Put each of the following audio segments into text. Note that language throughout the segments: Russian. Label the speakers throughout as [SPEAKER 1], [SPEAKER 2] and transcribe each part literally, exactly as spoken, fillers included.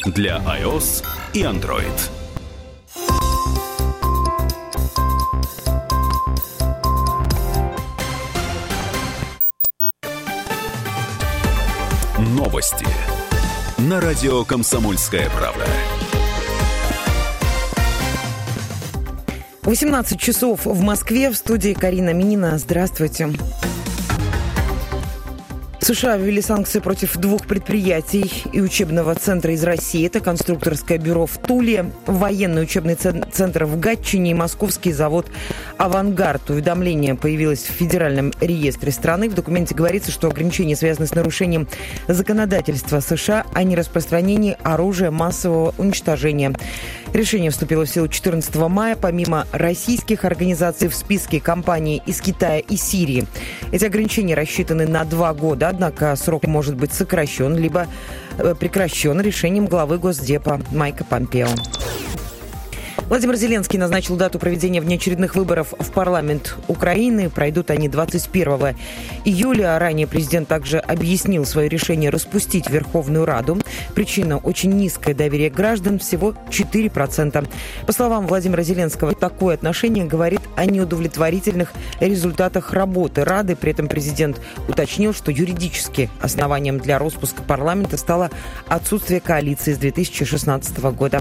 [SPEAKER 1] для iOS и Android. Новости на радио «Комсомольская правда».
[SPEAKER 2] восемнадцать часов в Москве. В студии Карина Минина. Здравствуйте. США ввели санкции против двух предприятий и учебного центра из России. Это конструкторское бюро в Туле, военный учебный центр в Гатчине и московский завод «Авангард». Уведомление появилось в Федеральном реестре страны. В документе говорится, что ограничения связаны с нарушением законодательства США о нераспространении оружия массового уничтожения. Решение вступило в силу четырнадцатого мая. Помимо российских организаций в списке компаний из Китая и Сирии. Эти ограничения рассчитаны на два года. Однако срок может быть сокращен, либо прекращен решением главы Госдепа Майка Помпео. Владимир Зеленский назначил дату проведения внеочередных выборов в парламент Украины. Пройдут они двадцать первого июля. Ранее президент также объяснил свое решение распустить Верховную Раду. Причина – очень низкое доверие граждан, всего четыре процента. По словам Владимира Зеленского, такое отношение говорит о неудовлетворительных результатах работы Рады. При этом президент уточнил, что юридически основанием для распуска парламента стало отсутствие коалиции с две тысячи шестнадцатого года.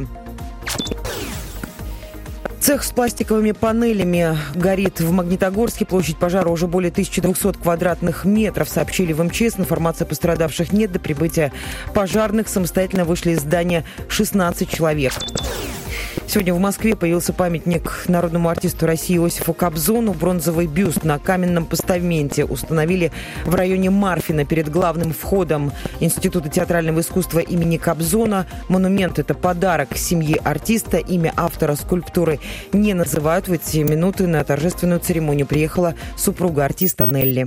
[SPEAKER 2] Цех с пластиковыми панелями горит в Магнитогорске. Площадь пожара уже более тысячи двухсот квадратных метров, сообщили в эм че эс. Информации о пострадавших нет. До прибытия пожарных самостоятельно вышли из здания шестнадцать человек. Сегодня в Москве появился памятник народному артисту России Иосифу Кобзону. Бронзовый бюст на каменном постаменте установили в районе Марфина перед главным входом Института театрального искусства имени Кобзона. Монумент – это подарок семье артиста. Имя автора скульптуры не называют. В эти минуты на торжественную церемонию приехала супруга артиста Нелли.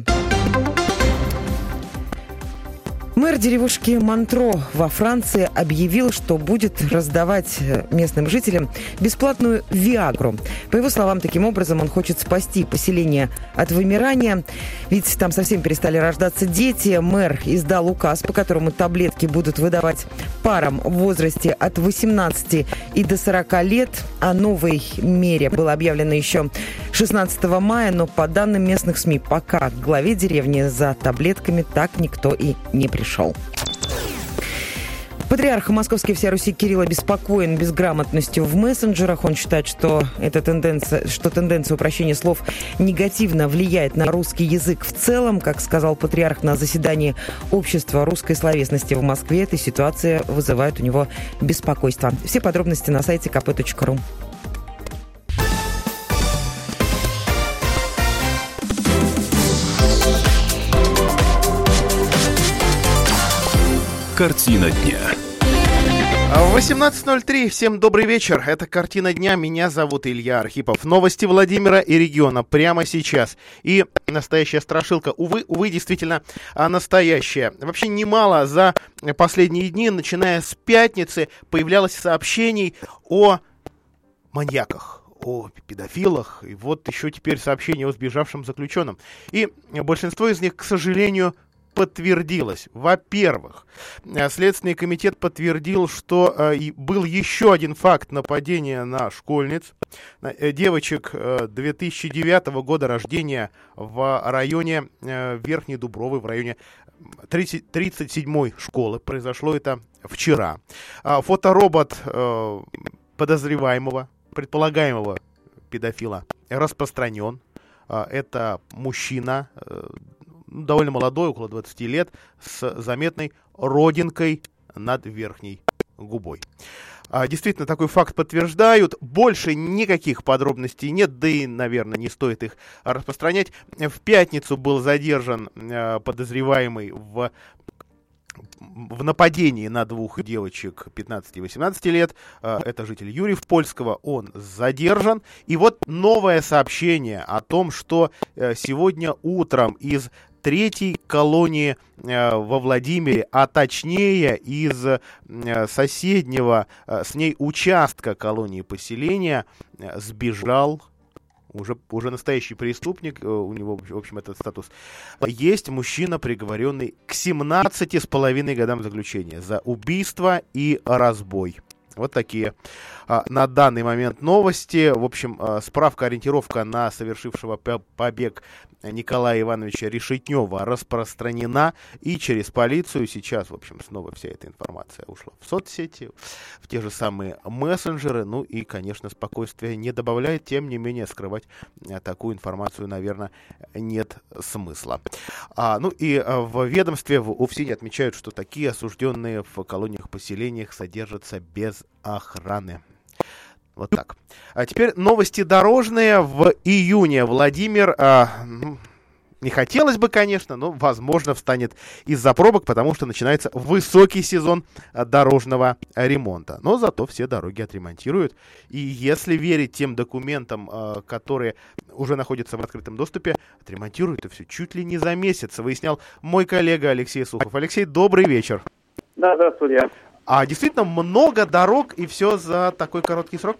[SPEAKER 2] Мэр деревушки Монтро во Франции объявил, что будет раздавать местным жителям бесплатную виагру. По его словам, таким образом он хочет спасти поселение от вымирания. Ведь там совсем перестали рождаться дети. Мэр издал указ, по которому таблетки будут выдавать парам в возрасте от восемнадцати и до сорока лет. О новой мере было объявлено еще шестнадцатого мая, но по данным местных СМИ, пока к главе деревни за таблетками так никто и не пришел. Шел. Патриарх Московской всей Руси Кирилл обеспокоен безграмотностью в мессенджерах. Он считает, что эта тенденция, что тенденция упрощения слов негативно влияет на русский язык в целом. Как сказал патриарх на заседании Общества русской словесности в Москве, эта ситуация вызывает у него беспокойство. Все подробности на сайте ка пэ точка ру.
[SPEAKER 1] Картина дня.
[SPEAKER 3] восемнадцать ноль три. Всем добрый вечер. Это «Картина дня». Меня зовут Илья Архипов. Новости Владимира и региона прямо сейчас. И настоящая страшилка. Увы, увы, действительно настоящая. Вообще немало за последние дни, начиная с пятницы, появлялось сообщений о маньяках, о педофилах. И вот еще теперь сообщение о сбежавшем заключенном. И большинство из них, к сожалению, подтвердилось. Во-первых, Следственный комитет подтвердил, что э, был еще один факт нападения на школьниц, э, девочек э, две тысячи девятого года рождения в районе э, Верхней Дубровы, в районе тридцать седьмой школы. Произошло это вчера. А фоторобот э, подозреваемого, предполагаемого педофила распространен. А, это мужчина, э, довольно молодой, около двадцати лет, с заметной родинкой над верхней губой. А, действительно, такой факт подтверждают. Больше никаких подробностей нет, да и, наверное, не стоит их распространять. В пятницу был задержан а, подозреваемый в в нападении на двух девочек пятнадцати и восемнадцати лет. Это житель Юрьев-Польского. Он задержан. И вот новое сообщение о том, что сегодня утром из третьей колонии во Владимире, а точнее из соседнего с ней участка колонии поселения, сбежал уже, уже настоящий преступник, у него, в общем, этот статус. Есть мужчина, приговоренный к семнадцати с половиной годам заключения за убийство и разбой. Вот такие а, на данный момент новости. В общем, а, справка-ориентировка на совершившего побег Николая Ивановича Решетнева распространена и через полицию. Сейчас, в общем, снова вся эта информация ушла в соцсети, в те же самые мессенджеры. Ну и, конечно, спокойствие не добавляет. Тем не менее, скрывать а, такую информацию, наверное, нет смысла. А, ну и а, в ведомстве, в УФСИНе отмечают, что такие осужденные в колониях-поселениях содержатся без охраны. Вот так. А теперь новости дорожные. В июне Владимир, а, ну, не хотелось бы, конечно, но, возможно, встанет из-за пробок, потому что начинается высокий сезон дорожного ремонта. Но зато все дороги отремонтируют. И если верить тем документам, а, которые уже находятся в открытом доступе, отремонтируют это все чуть ли не за месяц, выяснял мой коллега Алексей Сухов. Алексей, добрый вечер.
[SPEAKER 4] Да, да, судья.
[SPEAKER 3] А действительно много дорог и все за такой короткий срок?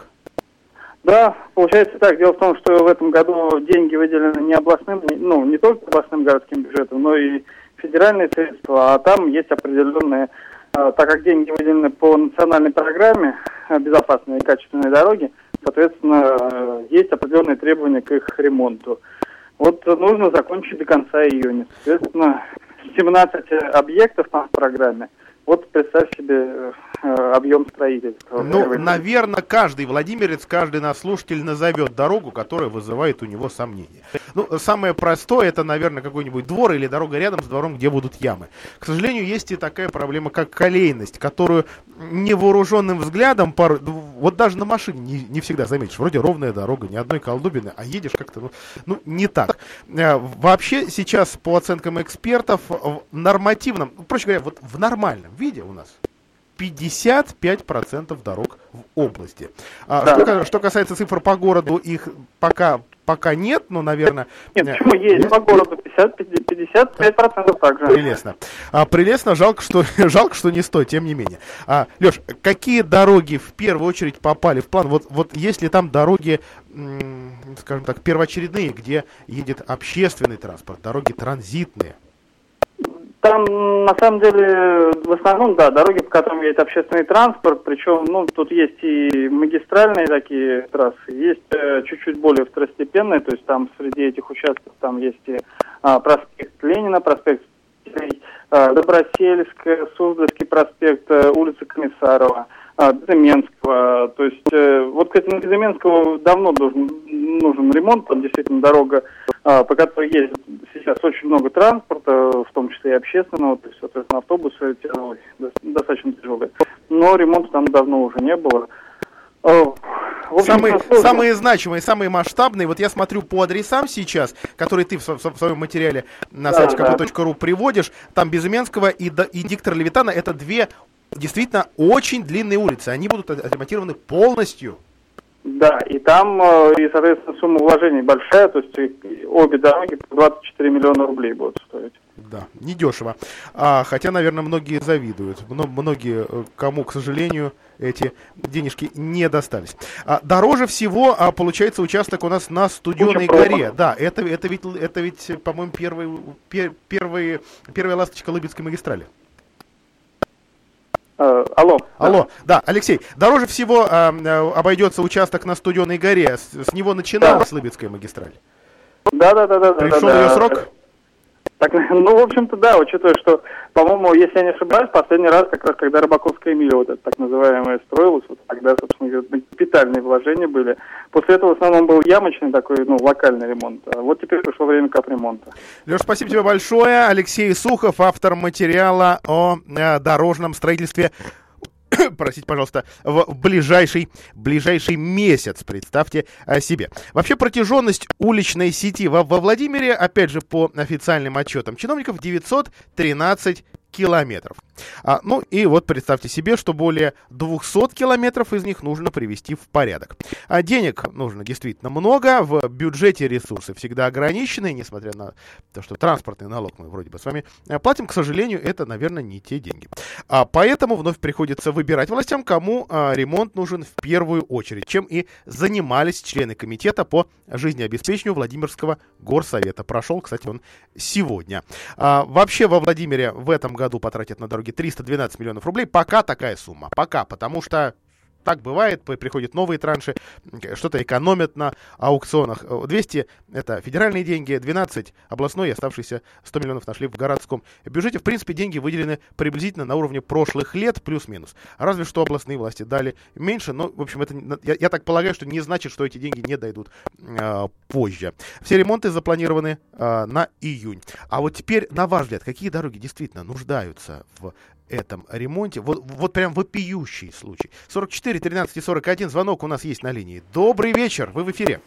[SPEAKER 4] Да, получается так. Дело в том, что в этом году деньги выделены не областным, ну, не только областным городским бюджетом, но и федеральные средства, а там есть определенные, так как деньги выделены по национальной программе «Безопасные и качественные дороги», соответственно, есть определенные требования к их ремонту. Вот нужно закончить до конца июня. Соответственно, семнадцать объектов там в программе. Вот представь себе э, объем строительства.
[SPEAKER 3] Ну, наверное, каждый владимирец, каждый наш слушатель назовет дорогу, которая вызывает у него сомнения. Ну, самое простое, это, наверное, какой-нибудь двор или дорога рядом с двором, где будут ямы. К сожалению, есть и такая проблема, как колейность, которую невооруженным взглядом, пару, вот даже на машине не, не всегда заметишь. Вроде ровная дорога, ни одной колдобины, а едешь как-то, ну, ну не так. Вообще сейчас, по оценкам экспертов, в нормативном, проще говоря, вот в нормальном виде у нас пятьдесят пять процентов дорог в области. А, да. что, что касается цифр по городу, их пока, пока нет, но, наверное...
[SPEAKER 4] Нет, почему есть нет? По городу пятьдесят пять процентов также.
[SPEAKER 3] Прелестно. А, прелестно, жалко что, жалко, что не стоит, тем не менее. А, Леш, какие дороги в первую очередь попали в план? Вот, вот есть ли там дороги, м, скажем так, первоочередные, где едет общественный транспорт, дороги транзитные?
[SPEAKER 4] Там, на самом деле, в основном, да, дороги, по которым едет общественный транспорт, причем, ну, тут есть и магистральные такие трассы, есть э, чуть-чуть более второстепенные, то есть там среди этих участков там есть и а, проспект Ленина, проспект а, Добросельская, Суздальский проспект, а, улица Комиссарова, а, Безыменского, то есть, э, вот, кстати, на Безыменского давно должен, нужен ремонт, там действительно дорога, а, по которой ездит сейчас очень много транспорта, в том числе и общественного, то есть, соответственно, автобусы тяжелые, достаточно тяжелые. Но ремонта там давно уже не было. В общем,
[SPEAKER 3] самые, самые значимые, самые масштабные, вот я смотрю по адресам сейчас, которые ты в, в, в своем материале на да, сайте ка пэ точка ру приводишь, там Безыменского и, и Диктора Левитана, это две действительно очень длинные улицы, они будут отремонтированы полностью.
[SPEAKER 4] Да, и там, и, соответственно, сумма вложений большая, то есть обе дороги по двадцать четыре миллиона рублей будут стоить.
[SPEAKER 3] Да, недешево. А, хотя, наверное, многие завидуют. Многие, кому, к сожалению, эти денежки не достались. А, дороже всего а, получается участок у нас на Студеной горе. Да, это, это ведь, это ведь, по-моему, первый, пер, первый, первая ласточка Лыбецкой магистрали.
[SPEAKER 4] Uh, алло.
[SPEAKER 3] Алло, да, Алексей, дороже всего а, обойдется участок на Студеной горе. С, с него начиналась да. Лыбецкая магистраль.
[SPEAKER 4] Да, да, да, да.
[SPEAKER 3] Пришел
[SPEAKER 4] да,
[SPEAKER 3] ее
[SPEAKER 4] да.
[SPEAKER 3] срок?
[SPEAKER 4] Так, ну, в общем-то, да, учитывая, что, по-моему, если я не ошибаюсь, последний раз, как раз, когда Рыбаковская миля, вот это так называемая, строилась, вот тогда, собственно говоря, капитальные вложения были. После этого в основном был ямочный такой, ну, локальный ремонт. А вот теперь пришло время капремонта.
[SPEAKER 3] Леш, спасибо тебе большое. Алексей Сухов, автор материала о э, дорожном строительстве, простите, пожалуйста, в ближайший, ближайший месяц, представьте о себе. Вообще протяженность уличной сети во, во Владимире, опять же, по официальным отчетам чиновников, девятьсот тринадцать километров. А, ну и вот представьте себе, что более двухсот километров из них нужно привести в порядок. А денег нужно действительно много, в бюджете ресурсы всегда ограничены, несмотря на то, что транспортный налог мы вроде бы с вами платим, к сожалению, это, наверное, не те деньги. А поэтому вновь приходится выбирать властям, кому а, ремонт нужен в первую очередь, чем и занимались члены комитета по жизнеобеспечению Владимирского горсовета. Прошел, кстати, он сегодня. А, вообще во Владимире в этом году потратят на дороги триста двенадцать миллионов рублей. Пока такая сумма. Пока, потому что так бывает, приходят новые транши, что-то экономят на аукционах. двести это федеральные деньги, двенадцать областной и оставшиеся сто миллионов нашли в городском бюджете. В принципе, деньги выделены приблизительно на уровне прошлых лет, плюс-минус. Разве что областные власти дали меньше, но, в общем, это, я, я так полагаю, что не значит, что эти деньги не дойдут э, позже. Все ремонты запланированы э, на июнь. А вот теперь, на ваш взгляд, какие дороги действительно нуждаются в этом ремонте? Вот, вот прям вопиющий случай. сорок четыре тринадцать сорок один, звонок у нас есть на линии. Добрый вечер, вы в эфире.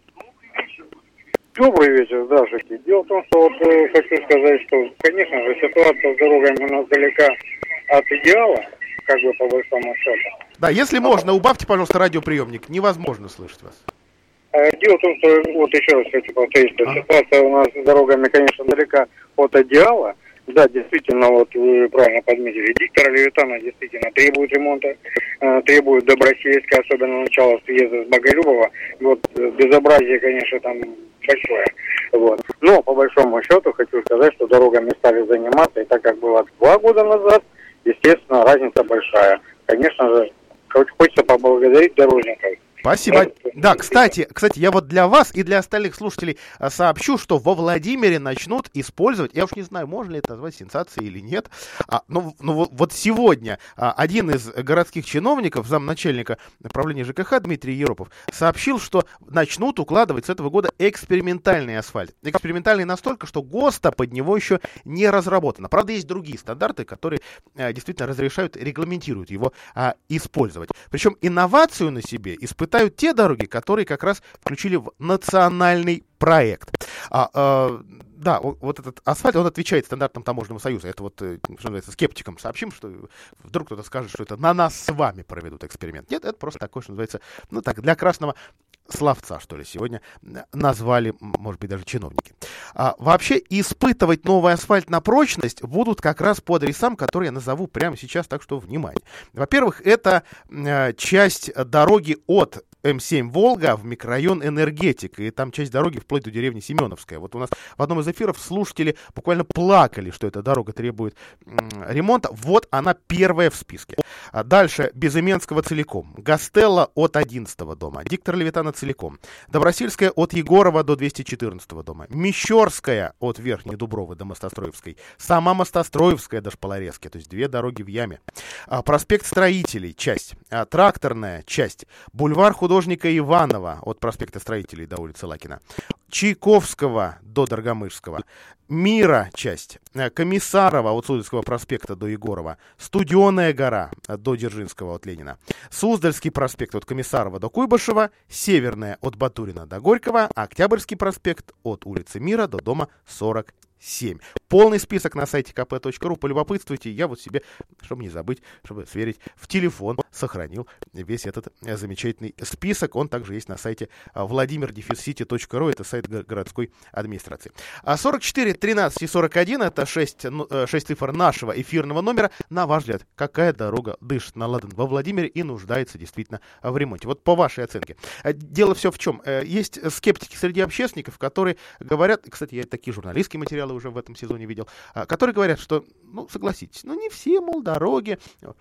[SPEAKER 5] Добрый вечер, здравствуйте. Дело в том, что вот э, хочу сказать, что, конечно же, ситуация с дорогами у нас далека от идеала, как бы по большому счету.
[SPEAKER 3] Да, если можно, убавьте, пожалуйста, радиоприемник, невозможно слышать вас.
[SPEAKER 5] Э, дело в том, что, вот еще раз хочу повторить, что
[SPEAKER 3] ага.
[SPEAKER 5] ситуация у нас с дорогами, конечно, далека от идеала. Да, действительно, вот вы правильно подметили, диктор Левитана действительно требует ремонта, э, требует Добросельска, особенно начало съезда с Боголюбова. Вот безобразие, конечно, там большое. Вот. Но, по большому счету, хочу сказать, что дорогами стали заниматься, и так как было два года назад, естественно, разница большая. Конечно же, хочется поблагодарить дорожников.
[SPEAKER 3] Спасибо. Да, кстати, кстати, я вот для вас и для остальных слушателей сообщу, что во Владимире начнут использовать, я уж не знаю, можно ли это назвать сенсацией или нет, а, ну, ну вот сегодня а, один из городских чиновников, замначальника управления ЖКХ Дмитрий Еропов, сообщил, что начнут укладывать с этого года экспериментальный асфальт. Экспериментальный настолько, что ГОСТа под него еще не разработано. Правда, есть другие стандарты, которые а, действительно разрешают, регламентируют его а, использовать. Причем инновацию на себе испытывают те дороги, которые как раз включили в национальный проект. А, а, да, вот этот асфальт, он отвечает стандартам Таможенного союза. Это вот, что называется, скептикам сообщим, что вдруг кто-то скажет, что это на нас с вами проведут эксперимент. Нет, это просто такой, что называется, ну так, для красного словца, что ли, сегодня назвали, может быть, даже чиновники. А, вообще, испытывать новый асфальт на прочность будут как раз по адресам, которые я назову прямо сейчас, так что внимание. Во-первых, это э, часть дороги от эм семь Волга в микрорайон Энергетик, и там часть дороги вплоть до деревни Семеновская. Вот у нас в одном из эфиров слушатели буквально плакали, что эта дорога требует м- ремонта. Вот она первая в списке. А дальше Безыменского целиком, Гастелло от одиннадцатого дома, Диктор Левитана целиком, Добросельская от Егорова до двести четырнадцатого дома, Мещерская от Верхней Дубровы до Мостостроевской, сама Мостостроевская до Шпалорезки, то есть две дороги в яме, а, проспект Строителей, часть, а, Тракторная, часть, бульвар Художника Иванова от проспекта Строителей до улицы Лакина, Чайковского до Доргомышского, Мира, часть, Комиссарова от Суздальского проспекта до Егорова, Студеная гора до Дзержинского от Ленина, Суздальский проспект от Комиссарова до Куйбышева, Северная от Батурина до Горького, Октябрьский проспект от улицы Мира до дома сорок семь. Полный список на сайте ка пэ точка ру. Полюбопытствуйте. Я вот себе, чтобы не забыть, чтобы сверить, в телефон сохранил весь этот замечательный список. Он также есть на сайте владимир сити точка ру. Это сайт городской администрации. А сорок четыре тринадцать и сорок один это шесть, шесть цифр нашего эфирного номера. На ваш взгляд, какая дорога дышит на ладан во Владимире и нуждается действительно в ремонте? Вот по вашей оценке. Дело все в чем. Есть скептики среди общественников, которые говорят, кстати, я такие журналистские материалы уже в этом сезоне видел, которые говорят, что, ну, согласитесь, ну, не все, мол, дороги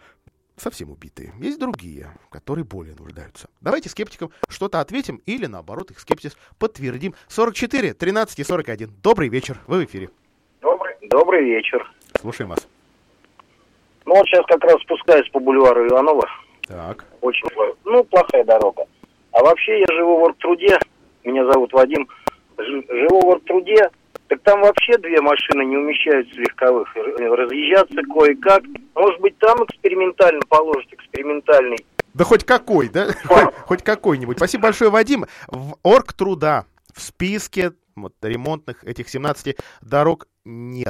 [SPEAKER 3] совсем убитые. Есть другие, которые более нуждаются. Давайте скептикам что-то ответим или, наоборот, их скепсис подтвердим. сорок четыре тринадцать и сорок один. Добрый вечер, вы в эфире.
[SPEAKER 6] Добрый, добрый вечер.
[SPEAKER 3] Слушаем вас.
[SPEAKER 6] Ну, вот сейчас как раз спускаюсь по бульвару Иванова.
[SPEAKER 3] Так.
[SPEAKER 6] Очень, ну, плохая дорога. А вообще я живу в Оргтруде, меня зовут Вадим, живу в Оргтруде. Так там вообще две машины не умещаются легковых. Разъезжаться кое-как. Может быть, там экспериментально положить, экспериментальный.
[SPEAKER 3] Да хоть какой, да? Хоть, хоть какой-нибудь. Спасибо большое, Вадим. В Оргтруда в списке вот, ремонтных этих семнадцати дорог нет.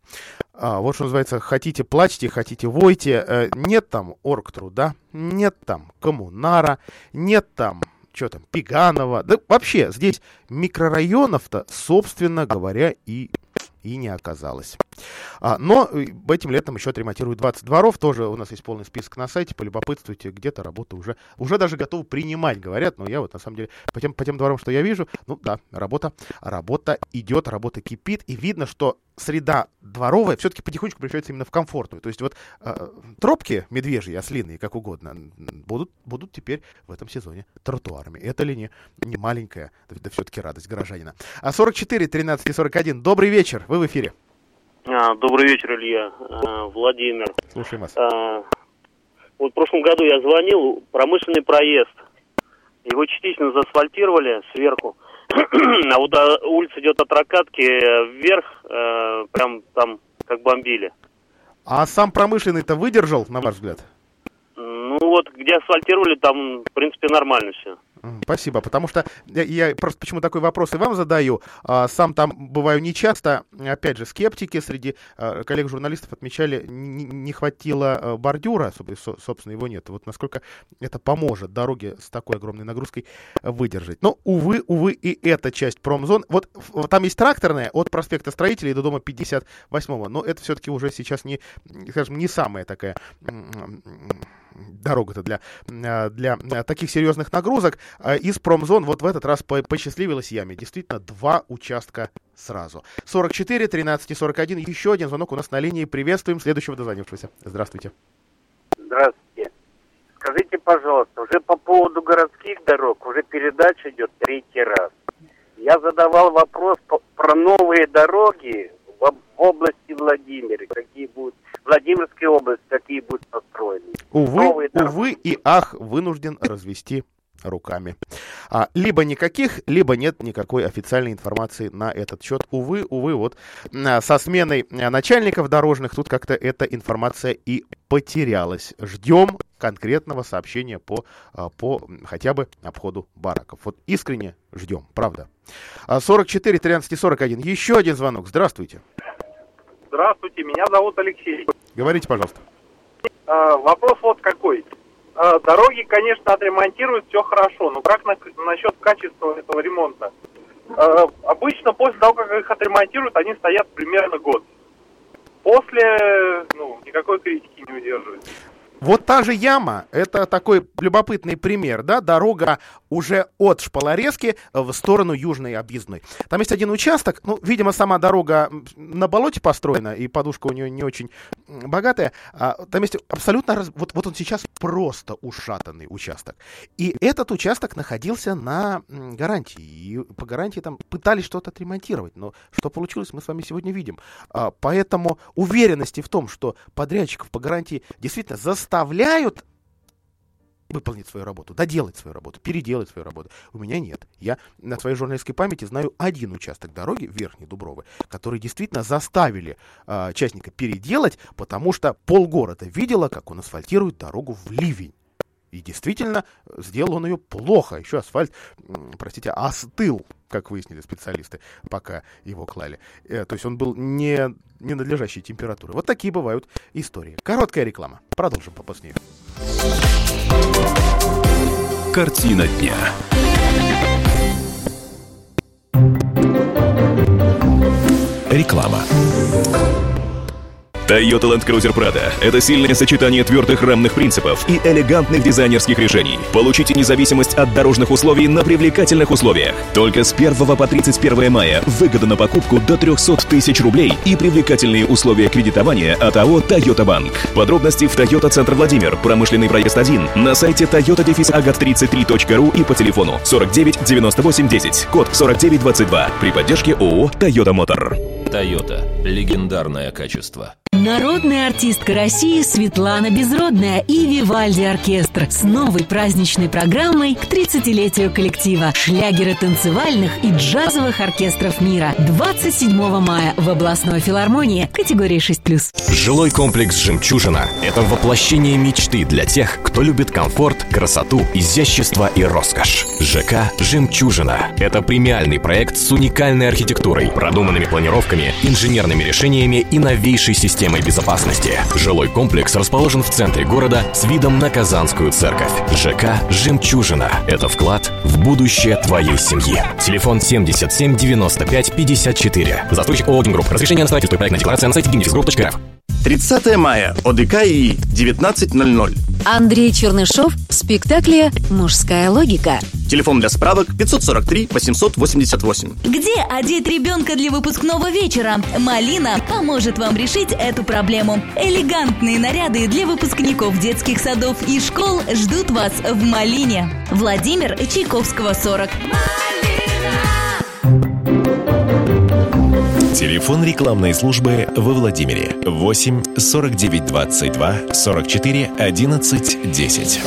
[SPEAKER 3] А, вот что называется, хотите плачьте, хотите войте. Э, нет там Оргтруда, нет там Коммунара, нет там, что там, Пеганова. Да вообще здесь микрорайонов-то, собственно говоря, и... и не оказалось. А, но этим летом еще отремонтируют двадцать дворов. Тоже у нас есть полный список на сайте. Полюбопытствуйте, где-то работа уже, уже даже готовы принимать, говорят. Но я вот на самом деле по тем, по тем дворам, что я вижу, ну да, работа, работа идет, работа кипит. И видно, что среда дворовая все-таки потихонечку превращается именно в комфортную. То есть вот э, тропки медвежьи, ослиные, как угодно, будут, будут теперь в этом сезоне тротуарами. Это ли не, не маленькая, да все-таки радость горожанина. А сорок четыре тринадцать сорок один. Добрый вечер. Вы в эфире.
[SPEAKER 7] А, добрый вечер, Илья. А, Владимир.
[SPEAKER 3] Слушаем вас.
[SPEAKER 7] А, вот в прошлом году я звонил, промышленный проезд. Его частично заасфальтировали сверху. А вот а, улица идет от Ракатки вверх, а, прям там как бомбили.
[SPEAKER 3] А сам промышленный-то выдержал, на ваш взгляд?
[SPEAKER 7] Ну вот, где асфальтировали, там, в принципе, нормально все.
[SPEAKER 3] Спасибо, потому что я, я просто почему такой вопрос и вам задаю. А, сам там бываю нечасто. Опять же, скептики среди а, коллег-журналистов отмечали, не, не хватило а, бордюра, собственно, его нет. Вот насколько это поможет дороге с такой огромной нагрузкой выдержать. Но, увы, увы, и эта часть промзон. Вот, вот там есть тракторная от проспекта Строителей до дома пятьдесят восьмого, но это все-таки уже сейчас не, скажем, не самая такая... дорога-то для, для таких серьезных нагрузок. Из промзон вот в этот раз посчастливилось яме. Действительно, два участка сразу. сорок четыре тринадцать сорок один. Еще один звонок у нас на линии. Приветствуем следующего дозвонившегося. Здравствуйте.
[SPEAKER 8] Здравствуйте. Скажите, пожалуйста, уже по поводу городских дорог уже передача идет третий раз. Я задавал вопрос по, про новые дороги в, в области Владимира. Какие будут Владимирской области, какие будут построены.
[SPEAKER 3] Увы, увы и ах, вынужден развести руками. А, либо никаких, либо нет никакой официальной информации на этот счет. Увы, увы, вот а, со сменой а, начальников дорожных тут как-то эта информация и потерялась. Ждем конкретного сообщения по, а, по хотя бы обходу бараков. Вот искренне ждем, правда. А, сорок четыре тринадцать сорок один. Еще один звонок. Здравствуйте.
[SPEAKER 9] Здравствуйте, меня зовут Алексей.
[SPEAKER 3] Говорите, пожалуйста.
[SPEAKER 9] А, вопрос вот какой. А, дороги, конечно, отремонтируют, все хорошо, но как на, насчет качества этого ремонта? А, обычно после того, как их отремонтируют, они стоят примерно год. После, ну, никакой критики не удерживают.
[SPEAKER 3] Вот та же яма, это такой любопытный пример, да, дорога уже от Шпалорезки в сторону Южной объездной. Там есть один участок, ну, видимо, сама дорога на болоте построена, и подушка у нее не очень богатая. А, там есть абсолютно, раз... вот, вот он сейчас просто ушатанный участок. И этот участок находился на гарантии, и по гарантии там пытались что-то отремонтировать, но что получилось, мы с вами сегодня видим. А, поэтому уверенности в том, что подрядчиков по гарантии действительно заставляют заставляют выполнить свою работу, доделать свою работу, переделать свою работу. У меня нет. Я на своей журналистской памяти знаю один участок дороги в Верхней Дуброве, который действительно заставили э, частника переделать, потому что полгорода видело, как он асфальтирует дорогу в ливень. И действительно, сделал он ее плохо. Еще асфальт, простите, остыл, как выяснили специалисты, пока его клали. Э, то есть он был не, не надлежащей температуры. Вот такие бывают истории. Короткая реклама. Продолжим попозднее.
[SPEAKER 1] Картина дня. Реклама. Toyota Land Cruiser Prado – это сильное сочетание твердых рамных принципов и элегантных дизайнерских решений. Получите независимость от дорожных условий на привлекательных условиях. Только с первого по тридцать первое мая выгода на покупку до триста тысяч рублей и привлекательные условия кредитования от АО Toyota Bank. Подробности в Toyota Центр Владимир, промышленный проезд один, на сайте toyota агат тридцать три точка ру и по телефону сорок девять девяносто восемь десять, код сорок девять двадцать два, при поддержке ООО Toyota Motor.
[SPEAKER 10] Toyota. Легендарное качество. Народная артистка России Светлана Безродная и Вивальди оркестр с новой праздничной программой к тридцатилетию коллектива. Шлягеры танцевальных и джазовых оркестров мира. двадцать седьмого мая в областной филармонии категории шесть плюс.
[SPEAKER 11] Жилой комплекс «Жемчужина» — это воплощение мечты для тех, кто любит комфорт, красоту, изящество и роскошь. ЖК «Жемчужина» — это премиальный проект с уникальной архитектурой, продуманными планировками, инженерными решениями и новейшей системой безопасности. Жилой комплекс расположен в центре города с видом на Казанскую церковь. ЖК «Жемчужина» — это вклад в будущее твоей семьи. Телефон семьдесят семь девяносто пять пятьдесят четыре. Застройщик ООО «Гимгрупп». Разрешение на строительство и проектная декларация на сайте гимнифисгрупп точка рф.
[SPEAKER 12] тридцатое мая. ОДК ИИ. девятнадцать ноль ноль.
[SPEAKER 10] Андрей Чернышов в спектакле «Мужская логика».
[SPEAKER 12] Телефон для справок пятьсот сорок три восемьсот восемьдесят восемь.
[SPEAKER 13] Где одеть ребенка для выпускного вечера? Малина поможет вам решить эту проблему. Элегантные наряды для выпускников детских садов и школ ждут вас в Малине. Владимир Чайковского, сорок.
[SPEAKER 1] Телефон рекламной службы во Владимире восемь сорок девять двадцать два сорок четыре одиннадцать десять.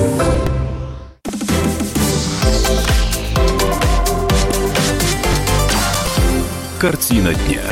[SPEAKER 1] Картина дня.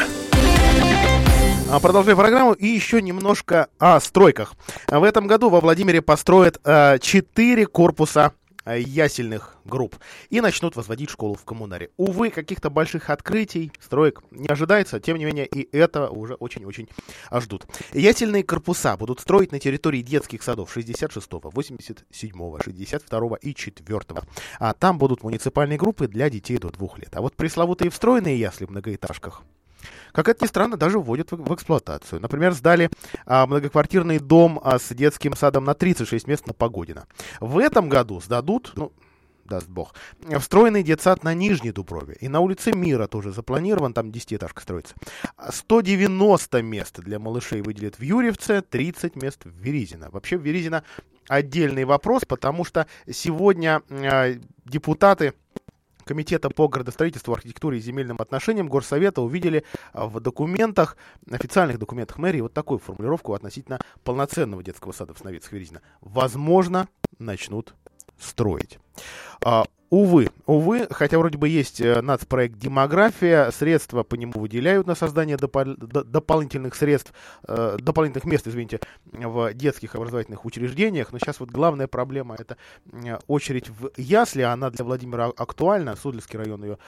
[SPEAKER 3] Продолжаем программу и еще немножко о стройках. В этом году во Владимире построят четыре корпуса ясельных групп и начнут возводить школу в коммунаре. Увы, каких-то больших открытий, строек не ожидается, тем не менее и это уже очень-очень ждут. Ясельные корпуса будут строить на территории детских садов шестьдесят шестого, восемьдесят седьмого, шестьдесят второго и четвёртого. А там будут муниципальные группы для детей до двух лет. А вот пресловутые встроенные ясли в многоэтажках, как это ни странно, даже вводят в, в эксплуатацию. Например, сдали а, многоквартирный дом а, с детским садом на тридцать шесть мест на Погодино. В этом году сдадут, ну, даст бог, встроенный детсад на Нижней Дуброве. И на улице Мира тоже запланирован, там десятиэтажка строится. сто девяносто мест для малышей выделят в Юрьевце, тридцать мест в Веризино. Вообще в Веризино отдельный вопрос, потому что сегодня а, депутаты Комитета по градостроительству, архитектуре и земельным отношениям Горсовета увидели в документах, официальных документах мэрии, вот такую формулировку относительно полноценного детского сада в Сновидцах-Веризино. Возможно, начнут строить. А, увы, увы, хотя вроде бы есть нацпроект «Демография», средства по нему выделяют на создание допол- д- дополнительных средств, э, дополнительных мест, извините, в детских образовательных учреждениях. Но сейчас вот главная проблема — это очередь в ясли. Она для Владимира актуальна. Суздальский район ее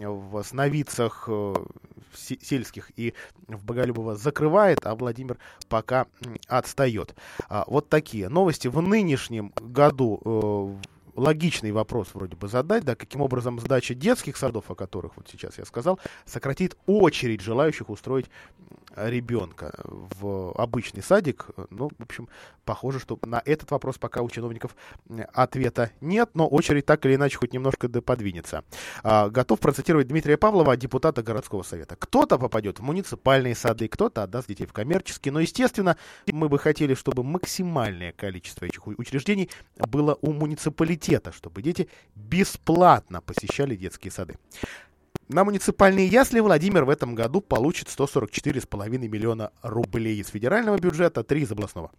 [SPEAKER 3] в Сновидцах э, сельских и в Боголюбово закрывает, а Владимир пока отстает. А, вот такие новости. В нынешнем году э, логичный вопрос вроде бы задать, да, каким образом сдача детских садов, о которых вот сейчас я сказал, сократит очередь желающих устроить ребенка в обычный садик. Ну, в общем, похоже, что на этот вопрос пока у чиновников ответа нет, но очередь так или иначе хоть немножко да подвинется. А, готов процитировать Дмитрия Павлова, депутата городского совета. Кто-то попадет в муниципальные сады, кто-то отдаст детей в коммерческие, но, естественно, мы бы хотели, чтобы максимальное количество этих учреждений было у муниципалитета, чтобы дети бесплатно посещали детские сады. На муниципальные ясли Владимир в этом году получит сто сорок четыре с половиной миллиона рублей из федерального бюджета, три из областного.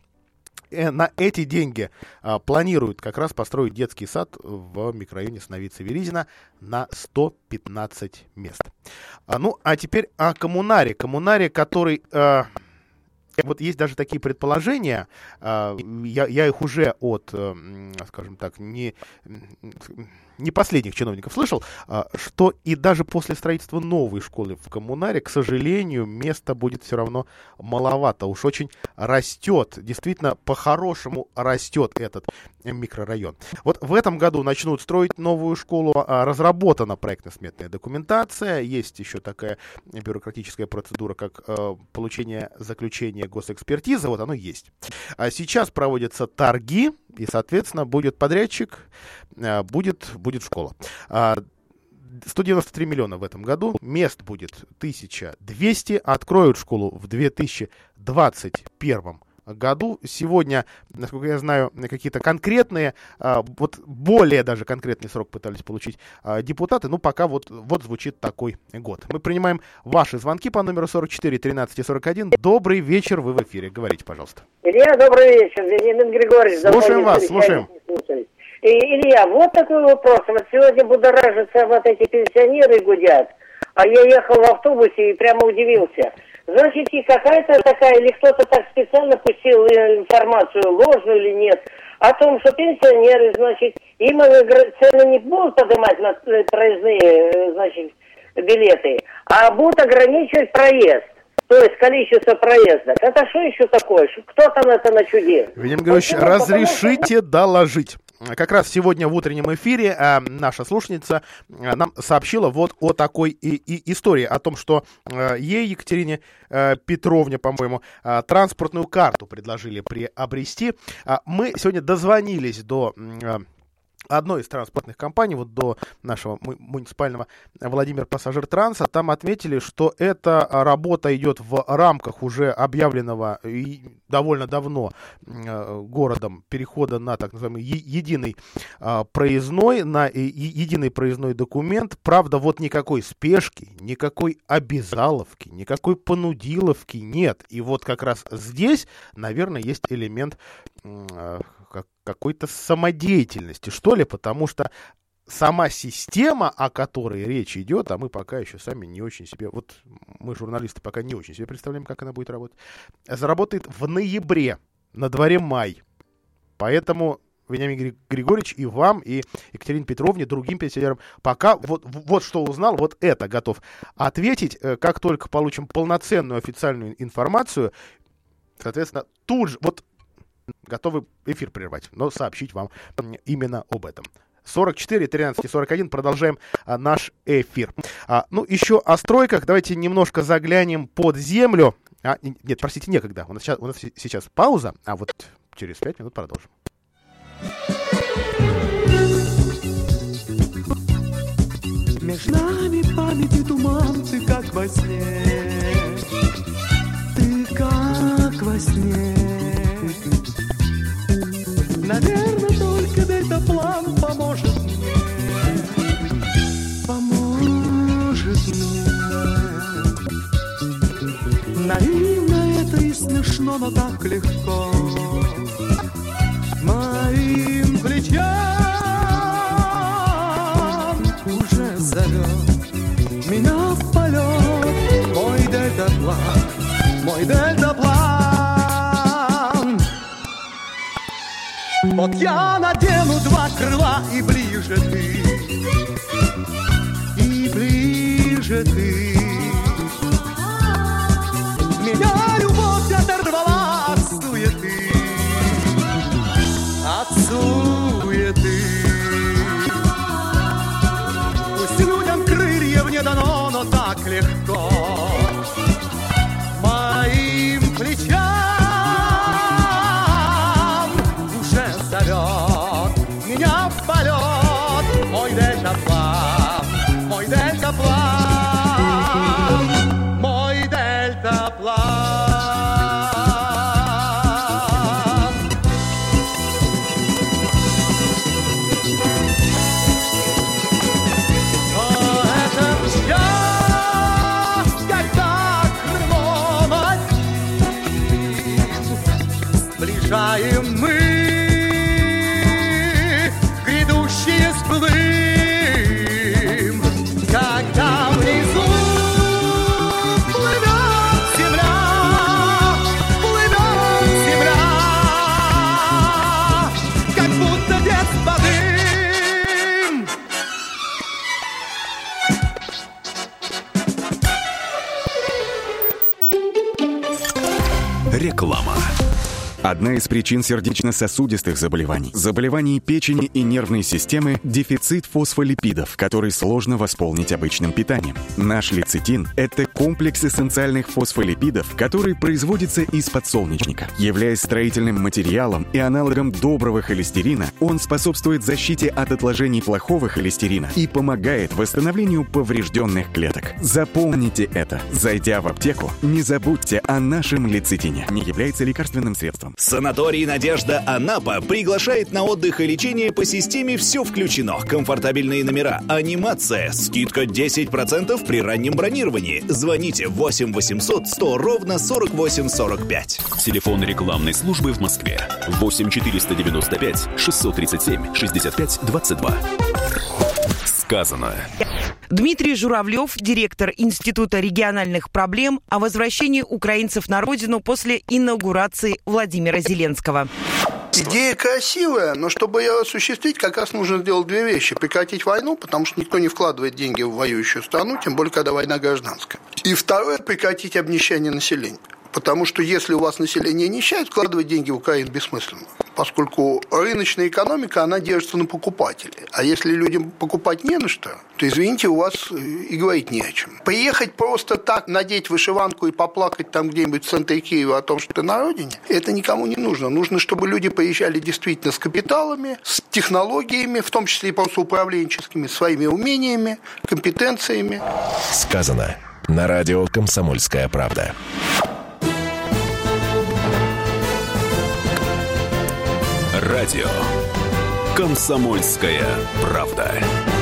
[SPEAKER 3] На эти деньги а, планируют как раз построить детский сад в микрорайоне Сновидцы-Веризино на сто пятнадцать мест. А, ну, а теперь о коммунаре. Коммунаре, который... А, вот есть даже такие предположения, а, я, я их уже от, а, скажем так, не... не последних чиновников слышал, что и даже после строительства новой школы в коммунаре, к сожалению, места будет все равно маловато. Уж очень растет, действительно, по-хорошему растет этот микрорайон. Вот в этом году начнут строить новую школу, разработана проектно-сметная документация, есть еще такая бюрократическая процедура, как получение заключения госэкспертизы, вот оно есть. А сейчас проводятся торги, и, соответственно, будет подрядчик, будет, будет школа. сто девяносто три миллиона в этом году, мест будет тысяча двести, откроют школу в две тысячи двадцать первом году. Сегодня, насколько я знаю, какие-то конкретные, вот более даже конкретный срок пытались получить депутаты, но пока вот, вот звучит такой год. Мы принимаем ваши звонки по номеру сорок четыре тринадцать и сорок один. Добрый вечер, вы в эфире. Говорите, пожалуйста.
[SPEAKER 14] Илья, добрый вечер. Вениамин Григорьевич.
[SPEAKER 3] Слушаем вас, слушаем.
[SPEAKER 14] И, Илья, вот такой вопрос. Вот сегодня будоражатся вот эти пенсионеры гудят, а я ехал в автобусе и прямо удивился. Значит, и какая-то такая, или кто-то так специально пустил информацию, ложную или нет, о том, что пенсионеры, значит, им цены не будут поднимать на проездные, значит, билеты, а будут ограничивать проезд. То есть количество проездов. Это что еще такое? Кто там это начудил?
[SPEAKER 3] Вениамин Григорьевич, разрешите что... доложить. Как раз сегодня в утреннем эфире а, наша слушательница а, нам сообщила вот о такой и, и истории, о том, что а, ей, Екатерине а, Петровне, по-моему, а, транспортную карту предложили приобрести. А, мы сегодня дозвонились до... А, одной из транспортных компаний, вот до нашего муниципального Владимир Пассажиртранса, там отметили, что эта работа идет в рамках уже объявленного и довольно давно городом перехода на так называемый единый проездной, на единый проездной документ. Правда, вот никакой спешки, никакой обязаловки, никакой понудиловки нет. И вот как раз здесь, наверное, есть элемент какой-то самодеятельности, что ли, потому что сама система, о которой речь идет, а мы пока еще сами не очень себе, вот мы, журналисты, пока не очень себе представляем, как она будет работать, заработает в ноябре, на дворе май. Поэтому, Вениамин Григорьевич, и вам, и Екатерине Петровне, другим пенсионерам, пока вот, вот что узнал, вот это готов ответить. Как только получим полноценную официальную информацию, соответственно, тут же, вот готовы эфир прервать, но сообщить вам именно об этом. сорок четыре тринадцать и сорок один. Продолжаем а, наш эфир. А, ну, еще о стройках. Давайте немножко заглянем под землю. А, нет, простите, некогда. У нас, сейчас, у нас сейчас пауза, а вот через пять минут продолжим.
[SPEAKER 15] Между нами памяти туман, ты как во сне. Ты как во сне. Наверное, только дельтаплан поможет мне, поможет мне. Наивно это и смешно, но так легко. Моим плечам уже зовет меня в полет мой дельтаплан, мой дельтаплан. Вот я надену два крыла, и ближе ты, и ближе ты. Меня любовь оторвала от суеты, от суеты. Пусть людям крыльев не дано, но так легко моим плечам меня в полет мой дельтаплан, мой дельтаплан, мой дельтаплан. Но это час, когда крылом одним сближаем мы грядущие сплы.
[SPEAKER 16] Одна из причин сердечно-сосудистых заболеваний, заболеваний печени и нервной системы – дефицит фосфолипидов, который сложно восполнить обычным питанием. Наш лецитин – это комплекс эссенциальных фосфолипидов, который производится из подсолнечника. Являясь строительным материалом и аналогом доброго холестерина, он способствует защите от отложений плохого холестерина и помогает восстановлению поврежденных клеток. Запомните это. Зайдя в аптеку, не забудьте о нашем лецитине. Не является лекарственным средством.
[SPEAKER 1] Санаторий «Надежда Анапа» приглашает на отдых и лечение по системе «Все включено». Комфортабельные номера, анимация, скидка десять процентов при раннем бронировании. Звоните восемь восемьсот сто ровно сорок восемь сорок пять.
[SPEAKER 17] Телефон рекламной службы в Москве восемь четыреста девяносто пять шестьсот тридцать семь шестьдесят пять двадцать два. Сказано.
[SPEAKER 2] Дмитрий Журавлев, директор Института региональных проблем, о возвращении украинцев на родину после инаугурации Владимира Зеленского.
[SPEAKER 18] Идея красивая, но чтобы ее осуществить, как раз нужно сделать две вещи. Прекратить войну, потому что никто не вкладывает деньги в воюющую страну, тем более, когда война гражданская. И второе, прекратить обнищание населения. Потому что если у вас население нищает, вкладывать деньги в Украину бессмысленно. Поскольку рыночная экономика, она держится на покупателе. А если людям покупать не на что, то, извините, у вас и говорить не о чем. Приехать просто так, надеть вышиванку и поплакать там где-нибудь в центре Киева о том, что ты на родине, это никому не нужно. Нужно, чтобы люди приезжали действительно с капиталами, с технологиями, в том числе и просто управленческими, своими умениями, компетенциями.
[SPEAKER 11] Сказано на радио «Комсомольская правда».
[SPEAKER 17] Радио «Комсомольская правда».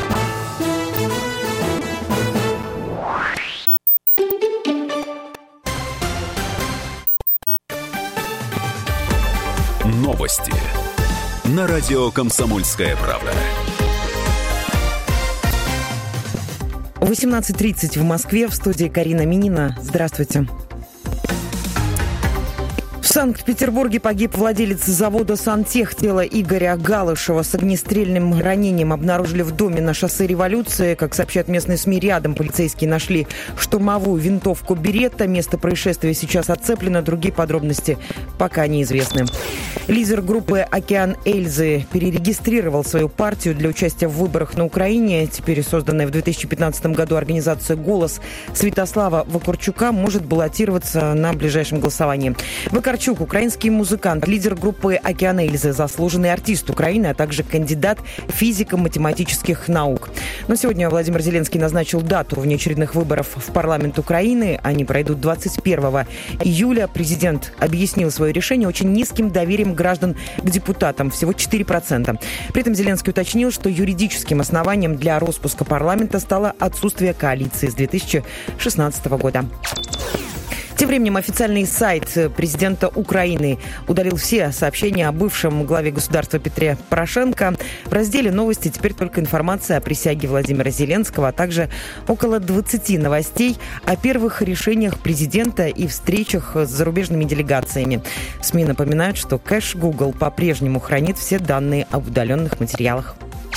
[SPEAKER 17] Новости на радио «Комсомольская правда».
[SPEAKER 2] восемнадцать тридцать в Москве, в студии Карина Минина. Здравствуйте. В Санкт-Петербурге погиб владелец завода «Сантех». Тело Игоря Галышева с огнестрельным ранением обнаружили в доме на шоссе Революции. Как сообщают местные СМИ, рядом полицейские нашли штурмовую винтовку «Беретта». Место происшествия сейчас отцеплено. Другие подробности пока неизвестны. Лидер группы «Океан Эльзы» перерегистрировал свою партию для участия в выборах на Украине. Теперь созданная в две тысячи пятнадцатом году организация «Голос» Святослава Вакарчука может баллотироваться на ближайшем голосовании. Вакарчук – украинский музыкант, лидер группы «Океан Эльзы», заслуженный артист Украины, а также кандидат физико-математических наук. Но сегодня Владимир Зеленский назначил дату внеочередных выборов в парламент Украины. Они пройдут двадцать первого июля. Президент объяснил свое решение очень низким доверием граждан к депутатам, всего четыре процента. При этом Зеленский уточнил, что юридическим основанием для распуска парламента стало отсутствие коалиции с две тысячи шестнадцатого года. Тем временем официальный сайт президента Украины удалил все сообщения о бывшем главе государства Петре Порошенко. В разделе «Новости» теперь только информация о присяге Владимира Зеленского, а также около двадцати новостей о первых решениях президента и встречах с зарубежными делегациями. СМИ напоминают, что кэш Google по-прежнему хранит все данные об удаленных материалах.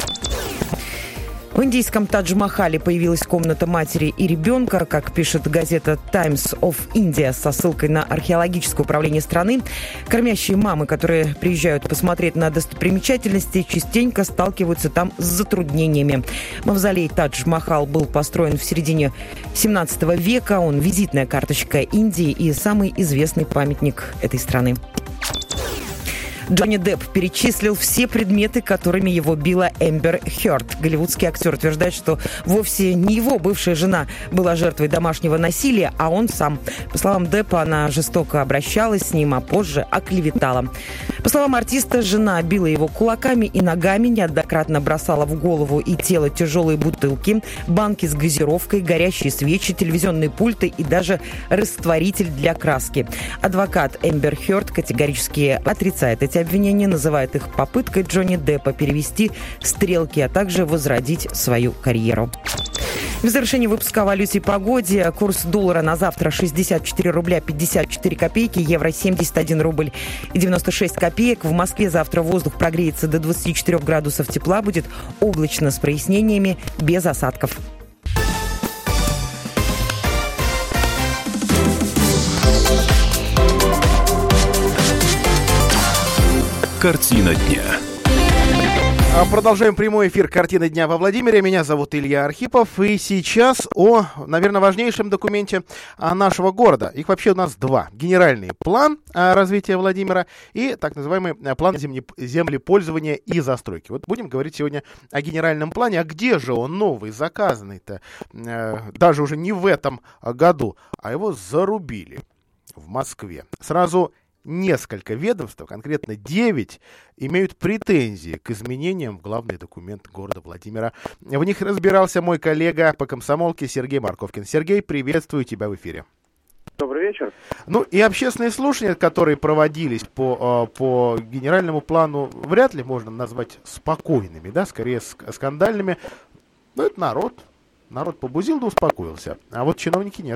[SPEAKER 2] В индийском Тадж-Махале появилась комната матери и ребенка. Как пишет газета Times of India со ссылкой на археологическое управление страны, кормящие мамы, которые приезжают посмотреть на достопримечательности, частенько сталкиваются там с затруднениями. Мавзолей Тадж-Махал был построен в середине семнадцатого века. Он визитная карточка Индии и самый известный памятник этой страны. Джонни Депп перечислил все предметы, которыми его била Эмбер Хёрд. Голливудский актер утверждает, что вовсе не его бывшая жена была жертвой домашнего насилия, а он сам. По словам Деппа, она жестоко обращалась с ним, а позже оклеветала. По словам артиста, жена била его кулаками и ногами, неоднократно бросала в голову и тело тяжелые бутылки, банки с газировкой, горящие свечи, телевизионные пульты и даже растворитель для краски. Адвокат Эмбер Хёрд категорически отрицает эти обвинения, называет их попыткой Джонни Деппа перевести стрелки, а также возродить свою карьеру. В завершении выпуска о валюте и погоде. Курс доллара на завтра шестьдесят четыре рубля пятьдесят четыре копейки, евро семьдесят один рубль и девяносто шесть копеек. В Москве завтра воздух прогреется до двадцати четырёх градусов тепла, будет облачно с прояснениями, без осадков.
[SPEAKER 17] Картина дня.
[SPEAKER 3] Продолжаем прямой эфир «Картины дня» во Владимире. Меня зовут Илья Архипов. И сейчас о, наверное, важнейшем документе нашего города. Их вообще у нас два. Генеральный план развития Владимира и так называемый план землепользования и застройки. Вот будем говорить сегодня о генеральном плане. А где же он новый, заказанный-то? Даже уже не в этом году, а его зарубили в Москве. Сразу несколько ведомств, конкретно девять, имеют претензии к изменениям в главный документ города Владимира. В них разбирался мой коллега по комсомолке Сергей Марковкин. Сергей, приветствую тебя в эфире.
[SPEAKER 19] Добрый вечер.
[SPEAKER 3] Ну и общественные слушания, которые проводились по, по генеральному плану, вряд ли можно назвать спокойными, да, скорее скандальными. Но это народ. Народ побузил да успокоился. А вот чиновники нет.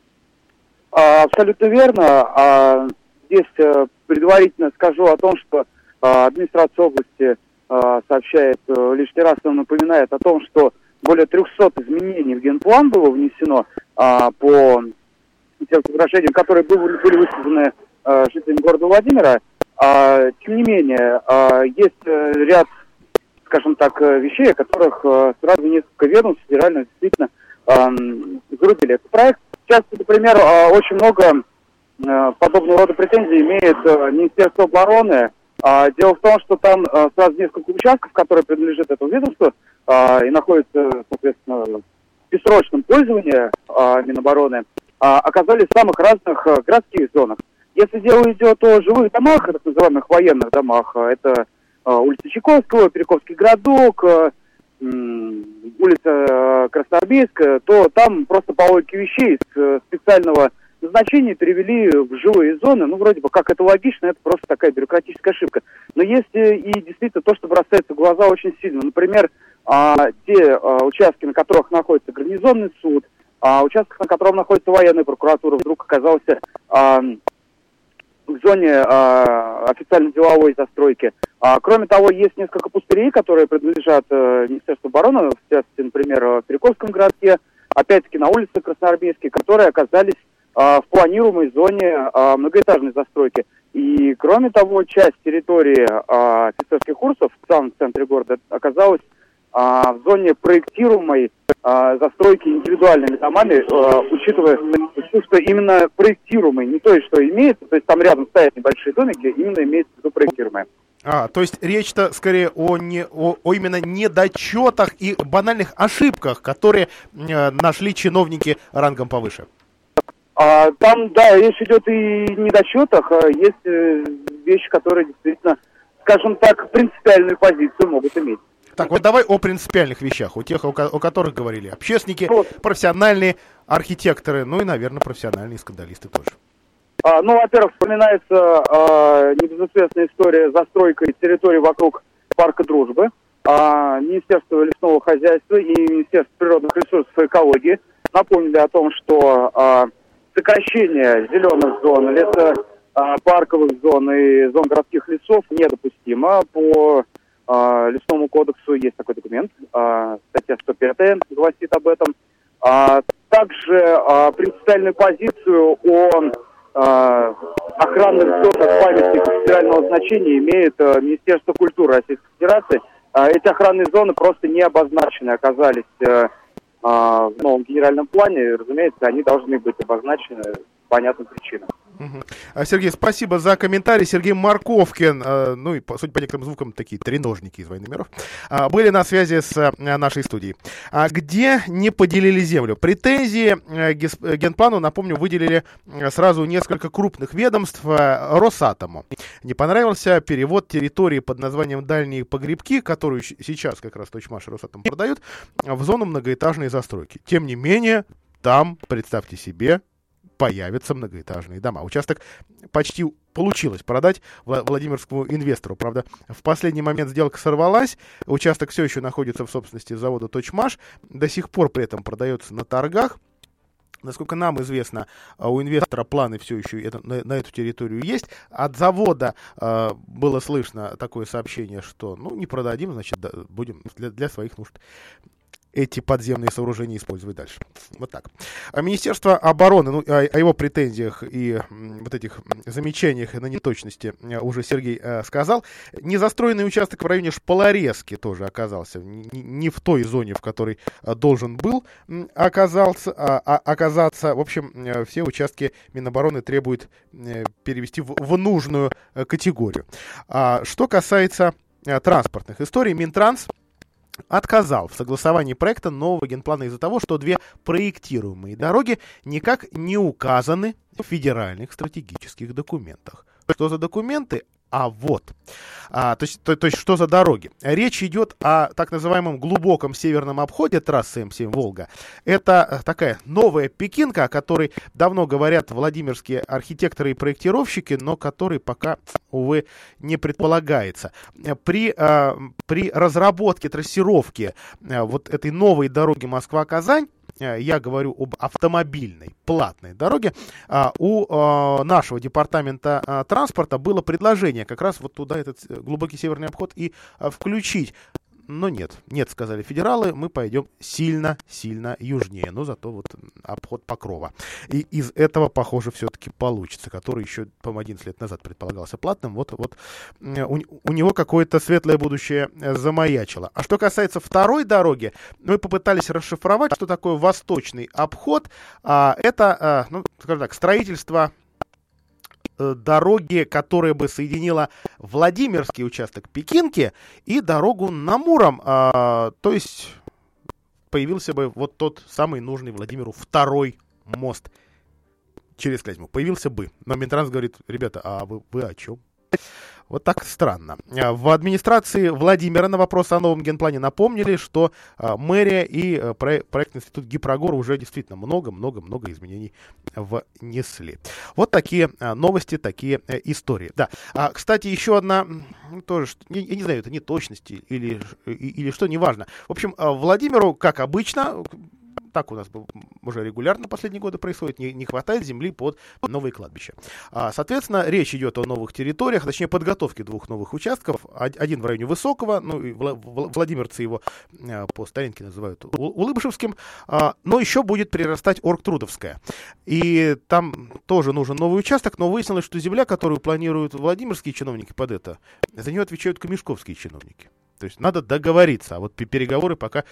[SPEAKER 19] А, абсолютно верно. А... Здесь э, предварительно скажу о том, что э, администрация области э, сообщает, э, лишний раз нам напоминает о том, что более трехсот изменений в генплан было внесено э, по тем соображениям, которые были, были высказаны э, жителями города Владимира. Э, тем не менее, э, есть э, ряд, скажем так, вещей, о которых э, сразу несколько ведомств федерально действительно э, зарубили этот проект. Сейчас, например, э, очень много подобного рода претензии имеет э, Министерство обороны. А, дело в том, что там э, сразу несколько участков, которые принадлежат этому ведомству э, и находятся, соответственно, в бессрочном пользовании э, Минобороны, э, оказались в самых разных э, городских зонах. Если дело идет о жилых домах, так называемых военных домах, э, это э, улица Чайковского, Перековский городок, э, э, улица э, Красноармейская, то там просто по логике вещей с э, специального назначение перевели в жилые зоны. Ну, вроде бы, как это логично, это просто такая бюрократическая ошибка. Но есть и действительно то, что бросается в глаза очень сильно. Например, а, те а, участки, на которых находится гарнизонный суд, а, участок, на котором находится военная прокуратура, вдруг оказался а, в зоне а, официально-деловой застройки. А, кроме того, есть несколько пустырей, которые принадлежат а, Министерству обороны, в частности, например, в Перековском городке, опять-таки на улице Красноармейской, которые оказались в планируемой зоне а, многоэтажной застройки. И, кроме того, часть территории а, офицерских курсов в самом центре города оказалась а, в зоне проектируемой а, застройки индивидуальными домами, а, учитывая, что именно проектируемой, не то, что имеется, то есть там рядом стоят небольшие домики, именно имеется в виду проектируемое.
[SPEAKER 3] А, то есть речь-то скорее о, не, о, о именно недочетах и банальных ошибках, которые э, нашли чиновники рангом повыше.
[SPEAKER 19] А, там, да, речь идет и не недочетах, а есть э, вещи, которые действительно, скажем так, принципиальную позицию могут иметь.
[SPEAKER 3] Так, вот давай о принципиальных вещах, о тех, о, о которых говорили общественники, вот. Профессиональные архитекторы, ну и, наверное, профессиональные скандалисты тоже.
[SPEAKER 19] А, ну, во-первых, вспоминается а, небезызвестная история застройки территории вокруг парка Дружбы. А, Министерство лесного хозяйства и Министерство природных ресурсов и экологии напомнили о том, что а, сокращение зеленых зон, лесопарковых зон и зон городских лесов недопустимо. По а, лесному кодексу есть такой документ, а, статья сто пять гласит об этом. А, также а, принципиальную позицию о а, охранных зонах памятников федерального значения имеет а, Министерство культуры Российской Федерации. А, эти охранные зоны просто не обозначены, оказались а, в новом генеральном плане, разумеется, они должны быть обозначены по понятным причинам.
[SPEAKER 3] Угу. Сергей, спасибо за комментарий. Сергей Марковкин, э, ну и, по сути, по некоторым звукам, такие треножники из «Войны миров», э, были на связи с э, нашей студией. А где не поделили землю? Претензии э, гес, Генплану, напомню, выделили сразу несколько крупных ведомств э, Росатому. Не понравился перевод территории под названием «Дальние погребки», которую сейчас как раз Точмаш и Росатом продают, в зону многоэтажной застройки. Тем не менее, там, представьте себе, появятся многоэтажные дома. Участок почти получилось продать владимирскому инвестору. Правда, в последний момент сделка сорвалась. Участок все еще находится в собственности завода Точмаш. До сих пор при этом продается на торгах. Насколько нам известно, у инвестора планы все еще на, на эту территорию есть. От завода э, было слышно такое сообщение, что ну не продадим, значит, да, будем для, для своих нужд эти подземные сооружения использовать дальше. Вот так. А Министерство обороны, ну, о, о его претензиях и вот этих замечаниях на неточности уже Сергей э, сказал. Незастроенный участок в районе Шполорезки тоже оказался не, не в той зоне, в которой э, должен был оказался, а, а, оказаться. В общем, э, все участки Минобороны требуют э, перевести в, в нужную э, категорию. А, что касается э, транспортных историй, Минтранс отказал в согласовании проекта нового генплана из-за того, что две проектируемые дороги никак не указаны в федеральных стратегических документах. Что за документы? А вот. А, то, есть, то, то есть, что за дороги? Речь идет о так называемом глубоком северном обходе трассы эм семь «Волга». Это такая новая Пекинка, о которой давно говорят владимирские архитекторы и проектировщики, но которой пока, увы, не предполагается. При, а, при разработке, трассировке а, вот этой новой дороги Москва-Казань, я говорю об автомобильной платной дороге, у нашего департамента транспорта было предложение как раз вот туда этот глубокий северный обход и включить. Но нет, нет, сказали федералы, мы пойдем сильно-сильно южнее, но зато вот обход Покрова. И из этого, похоже, все-таки получится, который еще, по-моему, одиннадцать лет назад предполагался платным, вот, вот у, у него какое-то светлое будущее замаячило. А что касается второй дороги, мы попытались расшифровать, что такое восточный обход. А, это, а, ну, скажем так, строительство дороги, которая бы соединила Владимирский участок Пекинки и дорогу на Муром. А, то есть появился бы вот тот самый нужный Владимиру второй мост через Клязьму. Появился бы. Но Минтранс говорит: ребята, а вы, вы о чем? Вот так странно. В администрации Владимира на вопрос о новом генплане напомнили, что а, мэрия и а, проектный институт Гипрогор уже действительно много-много-много изменений внесли. Вот такие а, новости, такие а, истории. Да. А, кстати, еще одна, ну, тоже, я, я не знаю, это неточности или, или что, неважно. В общем, Владимиру, как обычно, так у нас уже регулярно последние годы происходит, не, не хватает земли под новые кладбища. А, соответственно, речь идет о новых территориях, точнее подготовке двух новых участков. Один в районе Высокого, ну и владимирцы его а, по старинке называют Улыбышевским, а, но еще будет прирастать Оргтрудовская. И там тоже нужен новый участок, но выяснилось, что земля, которую планируют владимирские чиновники под это, за нее отвечают камешковские чиновники. То есть надо договориться, а вот переговоры пока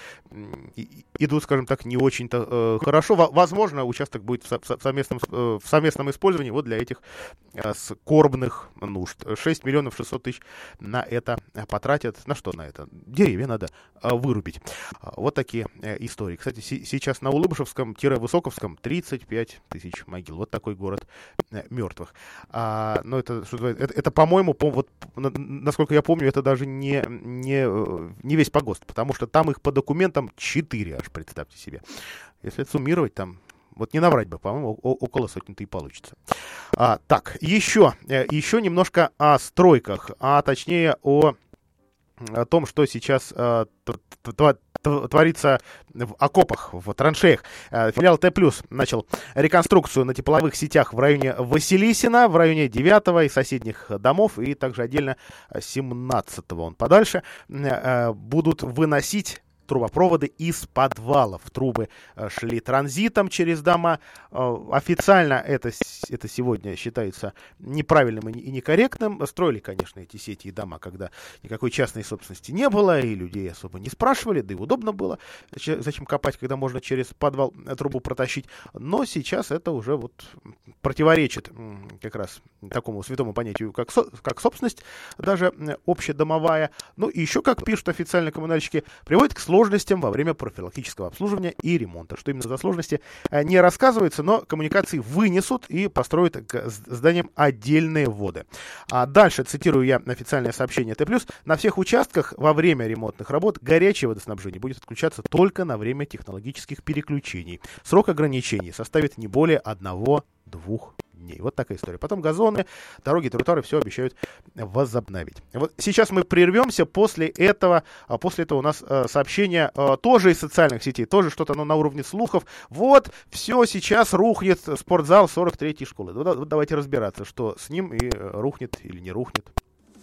[SPEAKER 3] идут, скажем так, не очень-то э, хорошо. Возможно, участок будет в, со- в, совместном, э, в совместном использовании вот для этих э, скорбных нужд. шесть миллионов шестьсот тысяч на это потратят. На что на это? Деревья надо э, вырубить. Вот такие э, истории. Кстати, с- сейчас на Улыбышевском-Высоковском тридцать пять тысяч могил. Вот такой город э, мертвых. А, но это, что, это, это, по-моему, по, вот, насколько я помню, это даже не... не не весь погост, потому что там их по документам четыре, аж представьте себе. Если суммировать, там, вот не наврать бы, по-моему, около сотни-то и получится. А, так, еще, еще немножко о стройках, а точнее о, о том, что сейчас а, творится в окопах, в траншеях. Филиал Т+, начал реконструкцию на тепловых сетях в районе Василисина, в районе девятого и соседних домов, и также отдельно семнадцатого, он подальше, будут выносить трубопроводы из подвалов. Трубы шли транзитом через дома. Официально это, это сегодня считается неправильным и некорректным. Строили, конечно, эти сети и дома, когда никакой частной собственности не было, и людей особо не спрашивали, да и удобно было. Зачем копать, когда можно через подвал трубу протащить? Но сейчас это уже вот противоречит как раз такому святому понятию, как, со, как собственность, даже общедомовая. Ну и еще, как пишут официальные коммунальщики, приводит к сложностям во время профилактического обслуживания и ремонта. Что именно за сложности, не рассказывается, но коммуникации вынесут и построят к зданиям отдельные вводы. А дальше, цитирую я официальное сообщение Т+, на всех участках во время ремонтных работ горячее водоснабжение будет отключаться только на время технологических переключений. Срок ограничений составит не более одного-двух дней. Вот такая история. Потом газоны, дороги, тротуары, все обещают возобновить. Вот сейчас мы прервемся. После этого, после этого у нас сообщение тоже из социальных сетей, тоже что-то ну, на уровне слухов. Вот, все, сейчас рухнет спортзал сорок третьей школы. Вот давайте разбираться, что с ним и рухнет или не рухнет.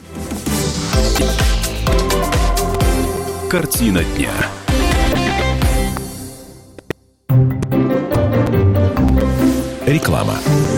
[SPEAKER 17] Картина дня. Реклама.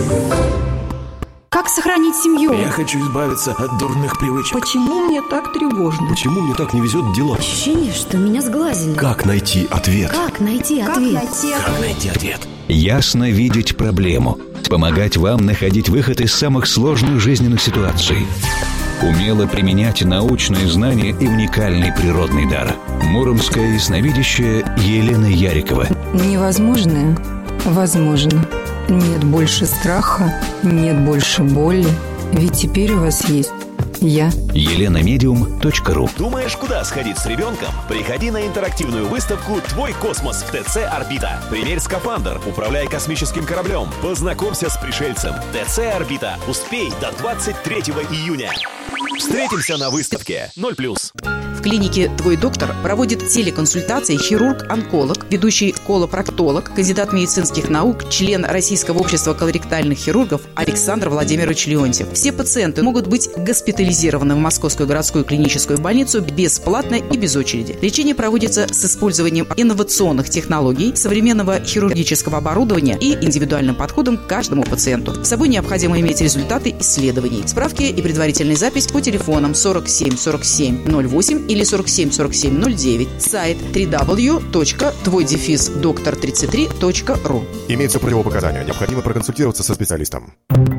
[SPEAKER 20] Как сохранить семью?
[SPEAKER 17] Я хочу избавиться от дурных привычек.
[SPEAKER 20] Почему мне так тревожно?
[SPEAKER 17] Почему мне так не везет в делах?
[SPEAKER 20] Ощущение, что меня сглазили.
[SPEAKER 17] Как найти ответ?
[SPEAKER 20] Как найти
[SPEAKER 17] Как
[SPEAKER 20] ответ?
[SPEAKER 17] найти ответ? Как найти ответ?
[SPEAKER 21] Ясно видеть проблему. Помогать вам находить выход из самых сложных жизненных ситуаций. Умело применять научные знания и уникальный природный дар. Муромская ясновидящая Елена Ярикова.
[SPEAKER 22] Невозможное возможно. Нет больше страха, нет больше боли. Ведь теперь у вас есть я.
[SPEAKER 21] елена медиум точка ру.
[SPEAKER 1] Думаешь, куда сходить с ребенком? Приходи на интерактивную выставку «Твой космос» в ТЦ «Орбита». Примерь скафандр, управляй космическим кораблем, познакомься с пришельцем. ТЦ «Орбита». Успей до двадцать третьего июня. Встретимся на выставке. ноль плюс.
[SPEAKER 23] В клинике «Твой доктор» проводит телеконсультации хирург-онколог, ведущий колопроктолог, кандидат медицинских наук, член Российского общества колоректальных хирургов Александр Владимирович Леонтьев. Все пациенты могут быть госпитализированы в Московскую городскую клиническую больницу бесплатно и без очереди. Лечение проводится с использованием инновационных технологий, современного хирургического оборудования и индивидуальным подходом к каждому пациенту. С собой необходимо иметь результаты исследований. Справки и предварительная запись по телефонам сорок семь сорок семь ноль восемь или сорок семь сорок семь ноль девять. Сайт дабл ю дабл ю дабл ю точка твой дефис доктор тридцать три точка ру.
[SPEAKER 24] Имеются противопоказания. Необходимо проконсультироваться со специалистом.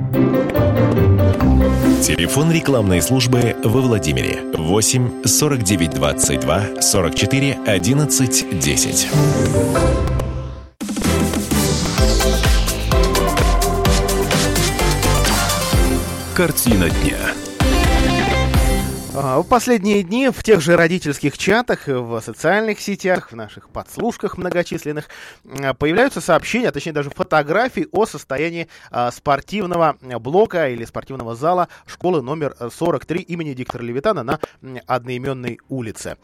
[SPEAKER 17] Телефон рекламной службы во Владимире восемь сорок девять двадцать два сорок четыре одиннадцать десять. Картина дня.
[SPEAKER 3] В последние дни в тех же родительских чатах, в социальных сетях, в наших подслушках многочисленных появляются сообщения, а точнее даже фотографии о состоянии спортивного блока или спортивного зала школы номер сорок три имени диктора Левитана на одноименной улице.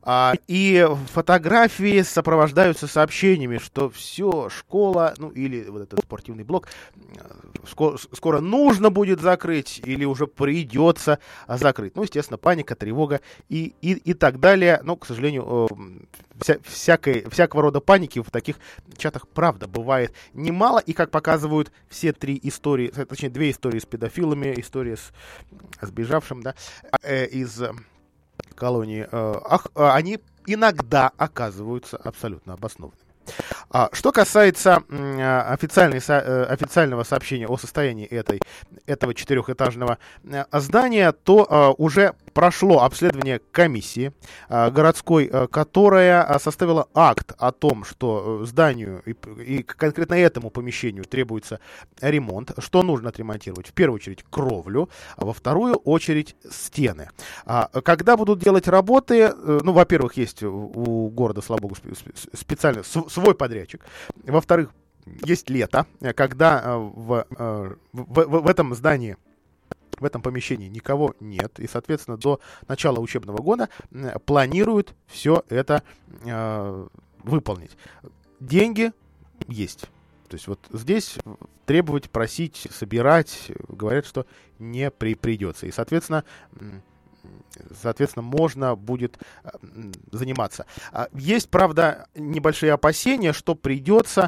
[SPEAKER 3] И фотографии сопровождаются сообщениями, что все, школа, ну или вот этот спортивный блок скоро, скоро нужно будет закрыть или уже придется закрыть. Ну, естественно, паника, тревога и, и, и так далее. Но, к сожалению, вся, всякой, всякого рода паники в таких чатах, правда, бывает немало. И, как показывают все три истории, точнее, две истории с педофилами, история с сбежавшим, да, э, из колонии, э, ах, они иногда оказываются абсолютно обоснованными. Что касается официальной, официального сообщения о состоянии этой, этого четырехэтажного здания, то уже прошло обследование комиссии городской, которая составила акт о том, что зданию и, и конкретно этому помещению требуется ремонт, что нужно отремонтировать. В первую очередь кровлю, а во вторую очередь стены. Когда будут делать работы, ну, во-первых, есть у города, слава богу, специально свой подрядчик. Во-вторых, есть лето, когда в, в, в, в этом здании, в этом помещении никого нет. И, соответственно, до начала учебного года планируют все это э, выполнить. Деньги есть. То есть вот здесь требовать, просить, собирать, говорят, что не при, придется. И, соответственно, Соответственно, можно будет заниматься. Есть, правда, небольшие опасения, что придется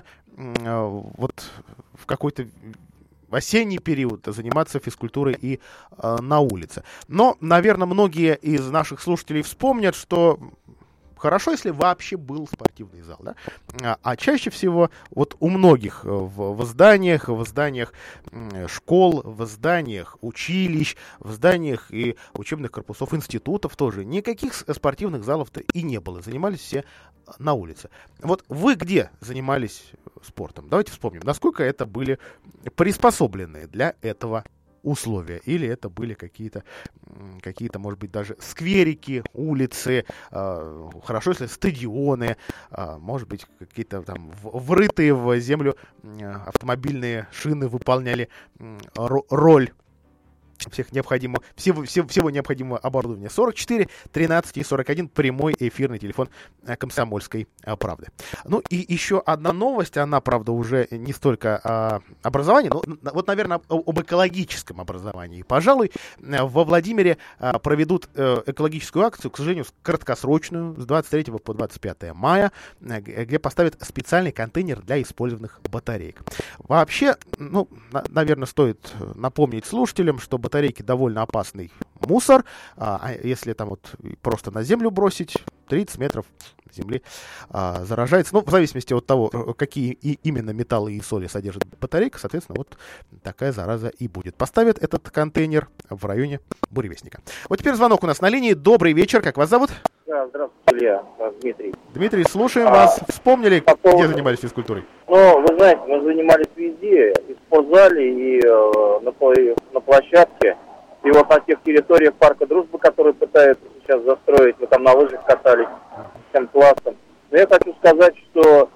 [SPEAKER 3] вот в какой-то осенний период заниматься физкультурой и на улице. Но, наверное, многие из наших слушателей вспомнят, что хорошо, если вообще был спортивный зал, да? А, а чаще всего вот у многих в, в зданиях, в зданиях школ, в зданиях училищ, в зданиях и учебных корпусов институтов тоже никаких спортивных залов-то и не было. Занимались все на улице. Вот вы где занимались спортом? Давайте вспомним, насколько это были приспособленные для этого условия, или это были какие-то, какие-то, может быть, даже скверики, улицы, э, хорошо, если стадионы, э, может быть, какие-то там врытые в землю э, автомобильные шины выполняли э, роль всех необходимого, всего, всего, всего необходимого оборудования. сорок четыре тринадцать и сорок один, прямой эфирный телефон «Комсомольской правды». Ну и еще одна новость, она, правда, уже не столько о образовании, но вот, наверное, об экологическом образовании. Пожалуй, во Владимире проведут экологическую акцию, к сожалению, краткосрочную, с двадцать третьего по двадцать пятое мая, где поставят специальный контейнер для использованных батареек. Вообще, ну, на, наверное, стоит напомнить слушателям, что батарейки довольно опасный мусор, а если там вот просто на землю бросить, тридцать метров земли а, заражается. Ну, в зависимости от того, какие и именно металлы и соли содержит батарейка, соответственно, вот такая зараза и будет. Поставят этот контейнер в районе Буревестника. Вот теперь звонок у нас на линии. Добрый вечер, как вас зовут?
[SPEAKER 4] Да, здравствуйте, Илья, Дмитрий.
[SPEAKER 3] Дмитрий, слушаем а, вас. Вспомнили, по поводу... где занимались физкультурой?
[SPEAKER 4] Ну, вы знаете, мы занимались везде, и в спортзале, и э, на, на площадке. И вот на тех территориях парка Дружбы, которые пытаются сейчас застроить, мы там на лыжах катались всем классом. Но я хочу сказать, что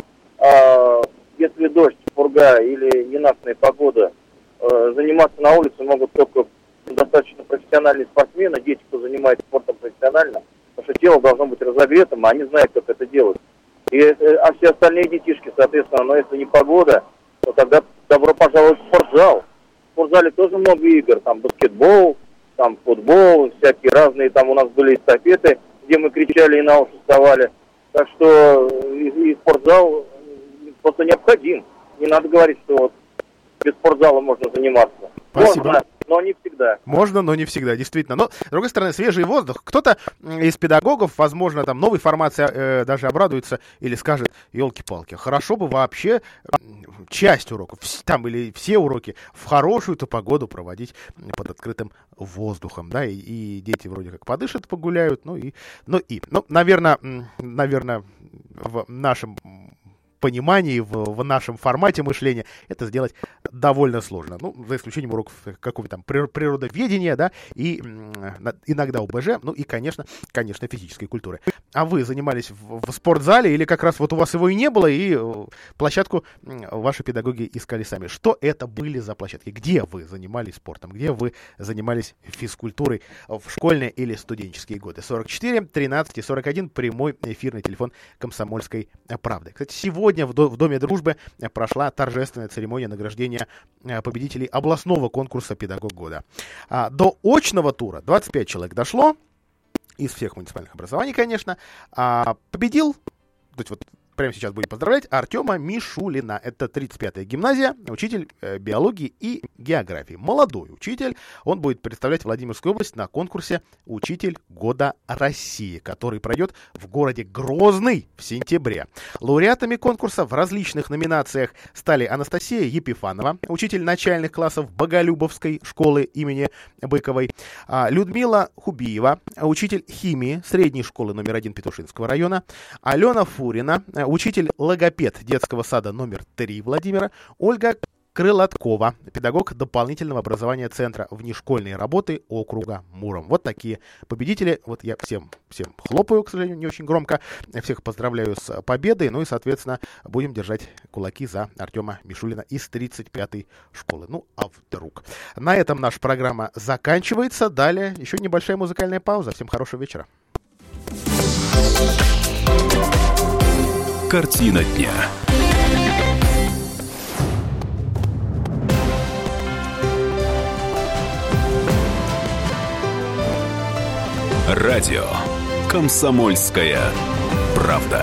[SPEAKER 4] э, если дождь, пурга или ненастная погода, э, заниматься на улице могут только достаточно профессиональные спортсмены, дети, кто занимается спортом профессионально, потому что тело должно быть разогретым, а они знают, как это делать. И, а все остальные детишки, соответственно, но если не погода, то тогда добро пожаловать в спортзал. В спортзале тоже много игр, там баскетбол, там футбол, всякие разные, там у нас были эстафеты, где мы кричали и на уши вставали. Так что и, и спортзал просто необходим. Не надо говорить, что вот без спортзала можно заниматься.
[SPEAKER 3] Спасибо.
[SPEAKER 4] Можно, но не всегда.
[SPEAKER 3] Можно, но не всегда, действительно. Но, с другой стороны, свежий воздух. Кто-то из педагогов, возможно, там новой формации э, даже обрадуется или скажет: елки-палки, хорошо бы вообще часть уроков, там или все уроки в хорошую-то погоду проводить под открытым воздухом, да, и, и дети вроде как подышат, погуляют, ну и, ну и, ну, наверное, наверное, в нашем понимании, в, в нашем формате мышления это сделать довольно сложно. Ну, за исключением уроков какого-то там природоведения, да, и иногда ОБЖ, ну и, конечно, конечно, физической культуры. А вы занимались в, в спортзале или как раз вот у вас его и не было, и площадку ваши педагоги искали сами? Что это были за площадки? Где вы занимались спортом? Где вы занимались физкультурой в школьные или студенческие годы? сорок четыре тринадцать и сорок один, прямой эфирный телефон «Комсомольской правды». Кстати, сегодня Сегодня в Доме дружбы прошла торжественная церемония награждения победителей областного конкурса «Педагог года». До очного тура двадцать пять человек дошло, из всех муниципальных образований, конечно. Победил, то есть вот прямо сейчас будем поздравлять, Артема Мишулина. Это тридцать пятая гимназия, учитель биологии и географии. Молодой учитель. Он будет представлять Владимирскую область на конкурсе «Учитель года России», который пройдет в городе Грозный в сентябре. Лауреатами конкурса в различных номинациях стали Анастасия Епифанова, учитель начальных классов Боголюбовской школы имени Быковой, Людмила Хубиева, учитель химии средней школы номер один Петушинского района, Алена Фурина, учитель-логопед детского сада номер три Владимира, Ольга Крылаткова, педагог дополнительного образования Центра внешкольной работы округа Муром. Вот такие победители. Вот я всем, всем хлопаю, к сожалению, не очень громко. Всех поздравляю с победой. Ну и, соответственно, будем держать кулаки за Артема Мишулина из тридцать пятой школы. Ну, а вдруг. На этом наша программа заканчивается. Далее еще небольшая музыкальная пауза. Всем хорошего вечера.
[SPEAKER 17] Картина дня. Радио «Комсомольская правда».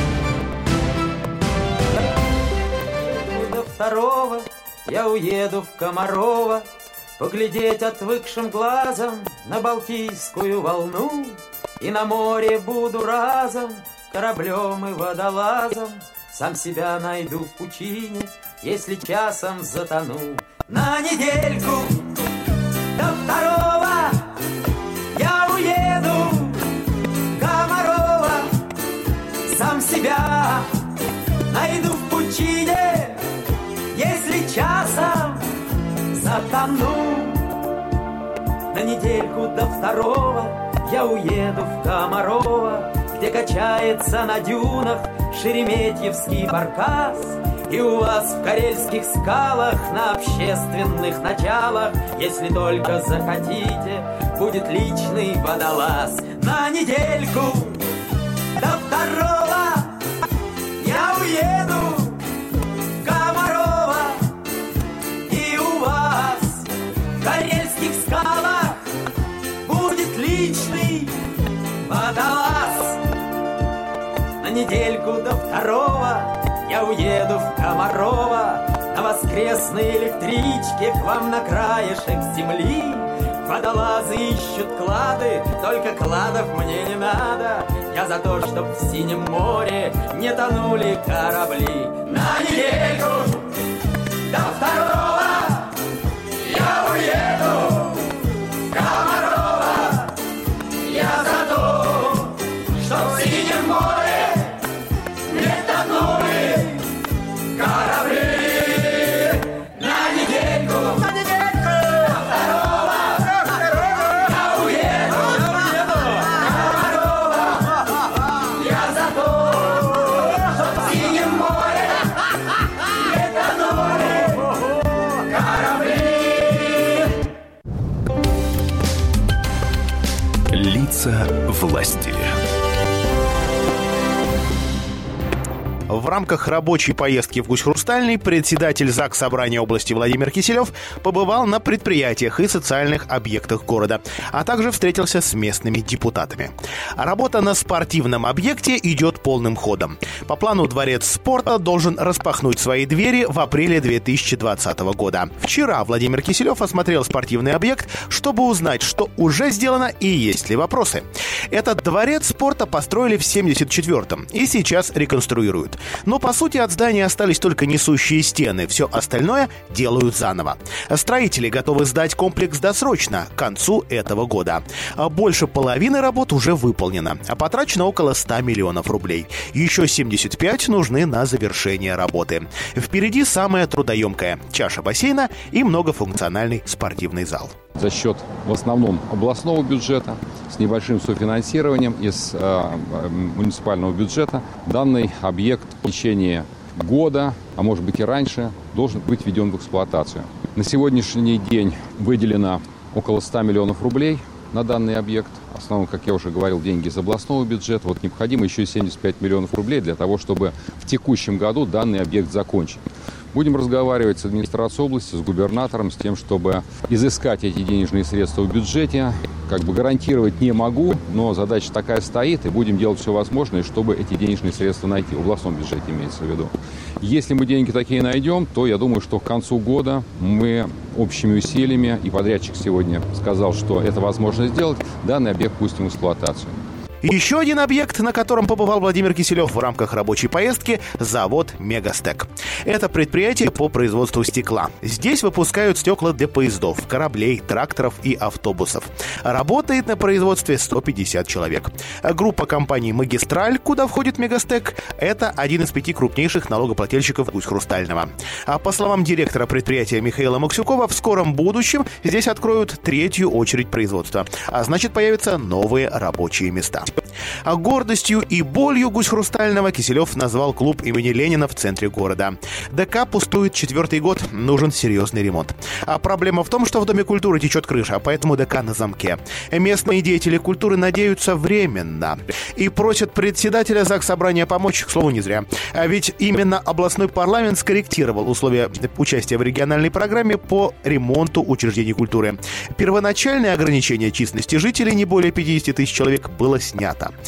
[SPEAKER 5] До второго я уеду в Комарово, поглядеть отвыкшим глазом на Балтийскую волну, и на море буду разом кораблем и водолазом, сам себя найду в пучине, если часом затону. На недельку до второго я уеду в Комарово, сам себя найду в пучине, если часом затону. На недельку до второго я уеду в Комарово, где качается на дюнах Шереметьевский баркас, И у вас в карельских скалах на общественных началах, если только захотите, будет личный водолаз. На недельку до второго я уеду в Комарова, и у вас в карельских скалах будет личный водолаз. На недельку до второго я уеду в Комарова на воскресной электричке к вам на краешек земли. Водолазы ищут клады, только кладов мне не надо. Я за то, чтоб в синем море не тонули корабли. На недельку до второго я уеду в Комарова. Я за то, чтоб в синем море не тонули корабли. На недельку, на недельку до второго я уеду в Комарова. Я за то, чтоб в синем море не тонули корабли.
[SPEAKER 17] Лица власти.
[SPEAKER 3] В рамках рабочей поездки в Гусь-Хрустальный председатель ЗАГС Собрания области Владимир Киселев побывал на предприятиях и социальных объектах города, а также встретился с местными депутатами. Работа на спортивном объекте идет полным ходом. По плану Дворец спорта должен распахнуть свои двери в апреле две тысячи двадцатого года. Вчера Владимир Киселев осмотрел спортивный объект, чтобы узнать, что уже сделано и есть ли вопросы. Этот Дворец спорта построили в семьдесят четвёртом и сейчас реконструируют. Но, по сути, от здания остались только несущие стены. Все остальное делают заново. Строители готовы сдать комплекс досрочно, к концу этого года. Больше половины работ уже выполнено, а потрачено около ста миллионов рублей. Еще семьдесят пять нужны на завершение работы. Впереди самое трудоемкое – чаша бассейна и многофункциональный спортивный зал.
[SPEAKER 6] За счет, в основном, областного бюджета, с небольшим софинансированием из э, муниципального бюджета, данный объект в течение года, а может быть и раньше, должен быть введен в эксплуатацию. На сегодняшний день выделено около ста миллионов рублей на данный объект. В основном, как я уже говорил, деньги из областного бюджета. Вот необходимо еще семьдесят пять миллионов рублей для того, чтобы в текущем году данный объект закончить. Будем разговаривать с администрацией области, с губернатором, с тем, чтобы изыскать эти денежные средства в бюджете. Как бы гарантировать не могу, но задача такая стоит, и будем делать все возможное, чтобы эти денежные средства найти. В областном бюджете имеется в виду. Если мы деньги такие найдем, то я думаю, что к концу года мы общими усилиями, и подрядчик сегодня сказал, что это возможно сделать, данный объект пустим в эксплуатацию.
[SPEAKER 3] Еще один объект, на котором побывал Владимир Киселев в рамках рабочей поездки – завод «Мегастек». Это предприятие по производству стекла. Здесь выпускают стекла для поездов, кораблей, тракторов и автобусов. Работает на производстве сто пятьдесят человек. Группа компаний «Магистраль», куда входит «Мегастек», это один из пяти крупнейших налогоплательщиков Гусь-Хрустального. А по словам директора предприятия Михаила Максюкова, в скором будущем здесь откроют третью очередь производства, а значит появятся новые рабочие места. А гордостью и болью Гусь-Хрустального Киселев назвал клуб имени Ленина в центре города. ДК пустует четвертый год, нужен серьезный ремонт. А проблема в том, что в Доме культуры течет крыша, поэтому ДК на замке. Местные деятели культуры надеются временно и просят председателя ЗАГС Собрания помочь, к слову, не зря. А ведь именно областной парламент скорректировал условия участия в региональной программе по ремонту учреждений культуры. Первоначальное ограничение численности жителей, не более пятьдесят тысяч человек, было снято.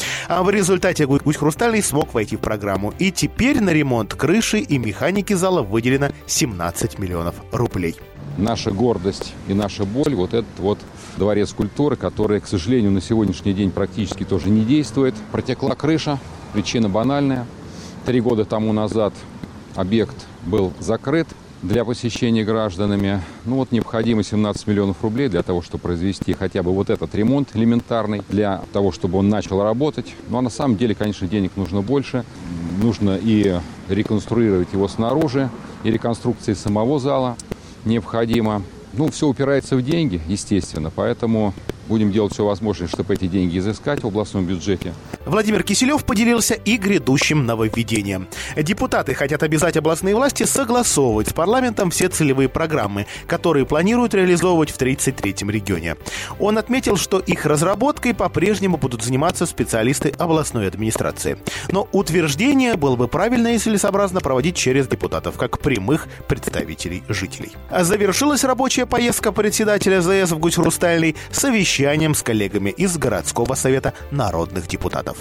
[SPEAKER 3] А в результате Гусь-Хрустальный смог войти в программу. И теперь на ремонт крыши и механики зала выделено семнадцать миллионов рублей.
[SPEAKER 6] Наша гордость и наша боль – вот этот вот Дворец культуры, который, к сожалению, на сегодняшний день практически тоже не действует. Протекла крыша, причина банальная. Три года тому назад объект был закрыт для посещения гражданами. Ну вот необходимо семнадцать миллионов рублей для того, чтобы произвести хотя бы вот этот ремонт элементарный, для того, чтобы он начал работать. Ну а на самом деле, конечно, денег нужно больше. Нужно и реконструировать его снаружи, и реконструкции самого зала необходимо. Ну, все упирается в деньги, естественно, поэтому Будем делать все возможное, чтобы эти деньги изыскать в областном бюджете.
[SPEAKER 3] Владимир Киселев поделился и грядущим нововведением. Депутаты хотят обязать областные власти согласовывать с парламентом все целевые программы, которые планируют реализовывать в тридцать третьем регионе. Он отметил, что их разработкой по-прежнему будут заниматься специалисты областной администрации. Но утверждение было бы правильно и целесообразно проводить через депутатов, как прямых представителей жителей. А завершилась рабочая поездка председателя ЗС в Гусь-Хрустальный совещанием с коллегами из городского совета народных депутатов.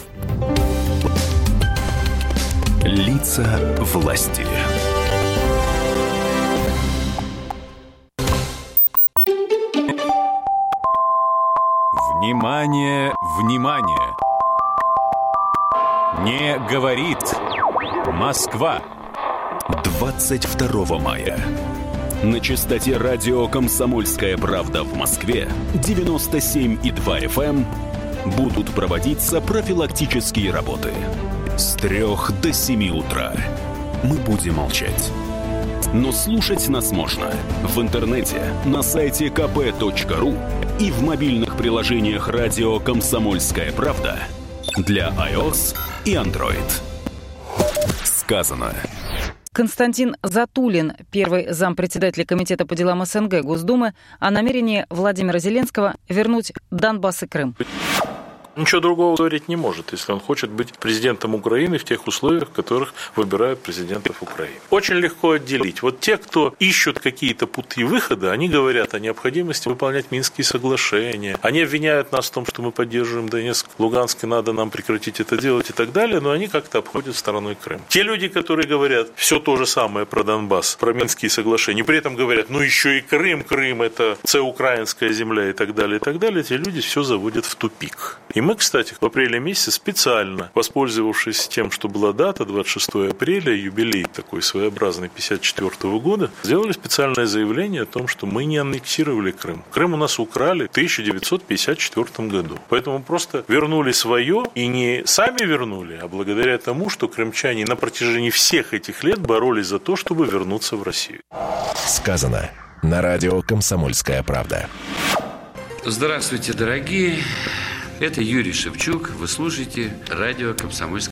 [SPEAKER 17] Лица власти.
[SPEAKER 7] Внимание, внимание! Не говорит Москва.
[SPEAKER 17] двадцать второго мая. На частоте радио «Комсомольская правда» в Москве девяносто семь и два эф эм будут проводиться профилактические работы. С трех до семи утра. Мы будем молчать. Но слушать нас можно в интернете, на сайте ка пэ точка ру и в мобильных приложениях радио «Комсомольская правда» для iOS и Android. Сказано.
[SPEAKER 8] Константин Затулин, первый зампредседателя Комитета по делам эс эн гэ Госдумы, о намерении Владимира Зеленского вернуть Донбасс и Крым.
[SPEAKER 9] Ничего другого говорить не может, если он хочет быть президентом Украины в тех условиях, в которых выбирают президентов Украины. Очень легко отделить. Вот те, кто ищут какие-то пути выхода, они говорят о необходимости выполнять Минские соглашения. Они обвиняют нас в том, что мы поддерживаем Донецк, Луганск, и надо нам прекратить это делать и так далее, но они как-то обходят стороной Крым. Те люди, которые говорят все то же самое про Донбасс, про Минские соглашения, при этом говорят, ну еще и Крым, Крым это це украинская земля и так далее, и так далее, эти люди все заводят в тупик. И мы, кстати, в апреле месяце специально, воспользовавшись тем, что была дата, двадцать шестого апреля, юбилей такой своеобразный пятьдесят четвёртого года, сделали специальное заявление о том, что мы не аннексировали Крым. Крым у нас украли в тысяча девятьсот пятьдесят четвёртом году. Поэтому просто вернули свое, и не сами вернули, а благодаря тому, что крымчане на протяжении всех этих лет боролись за то, чтобы вернуться в Россию.
[SPEAKER 11] Сказано на радио «Комсомольская правда».
[SPEAKER 10] Здравствуйте, дорогие. Это Юрий Шевчук. Вы слушаете радио «Комсомольская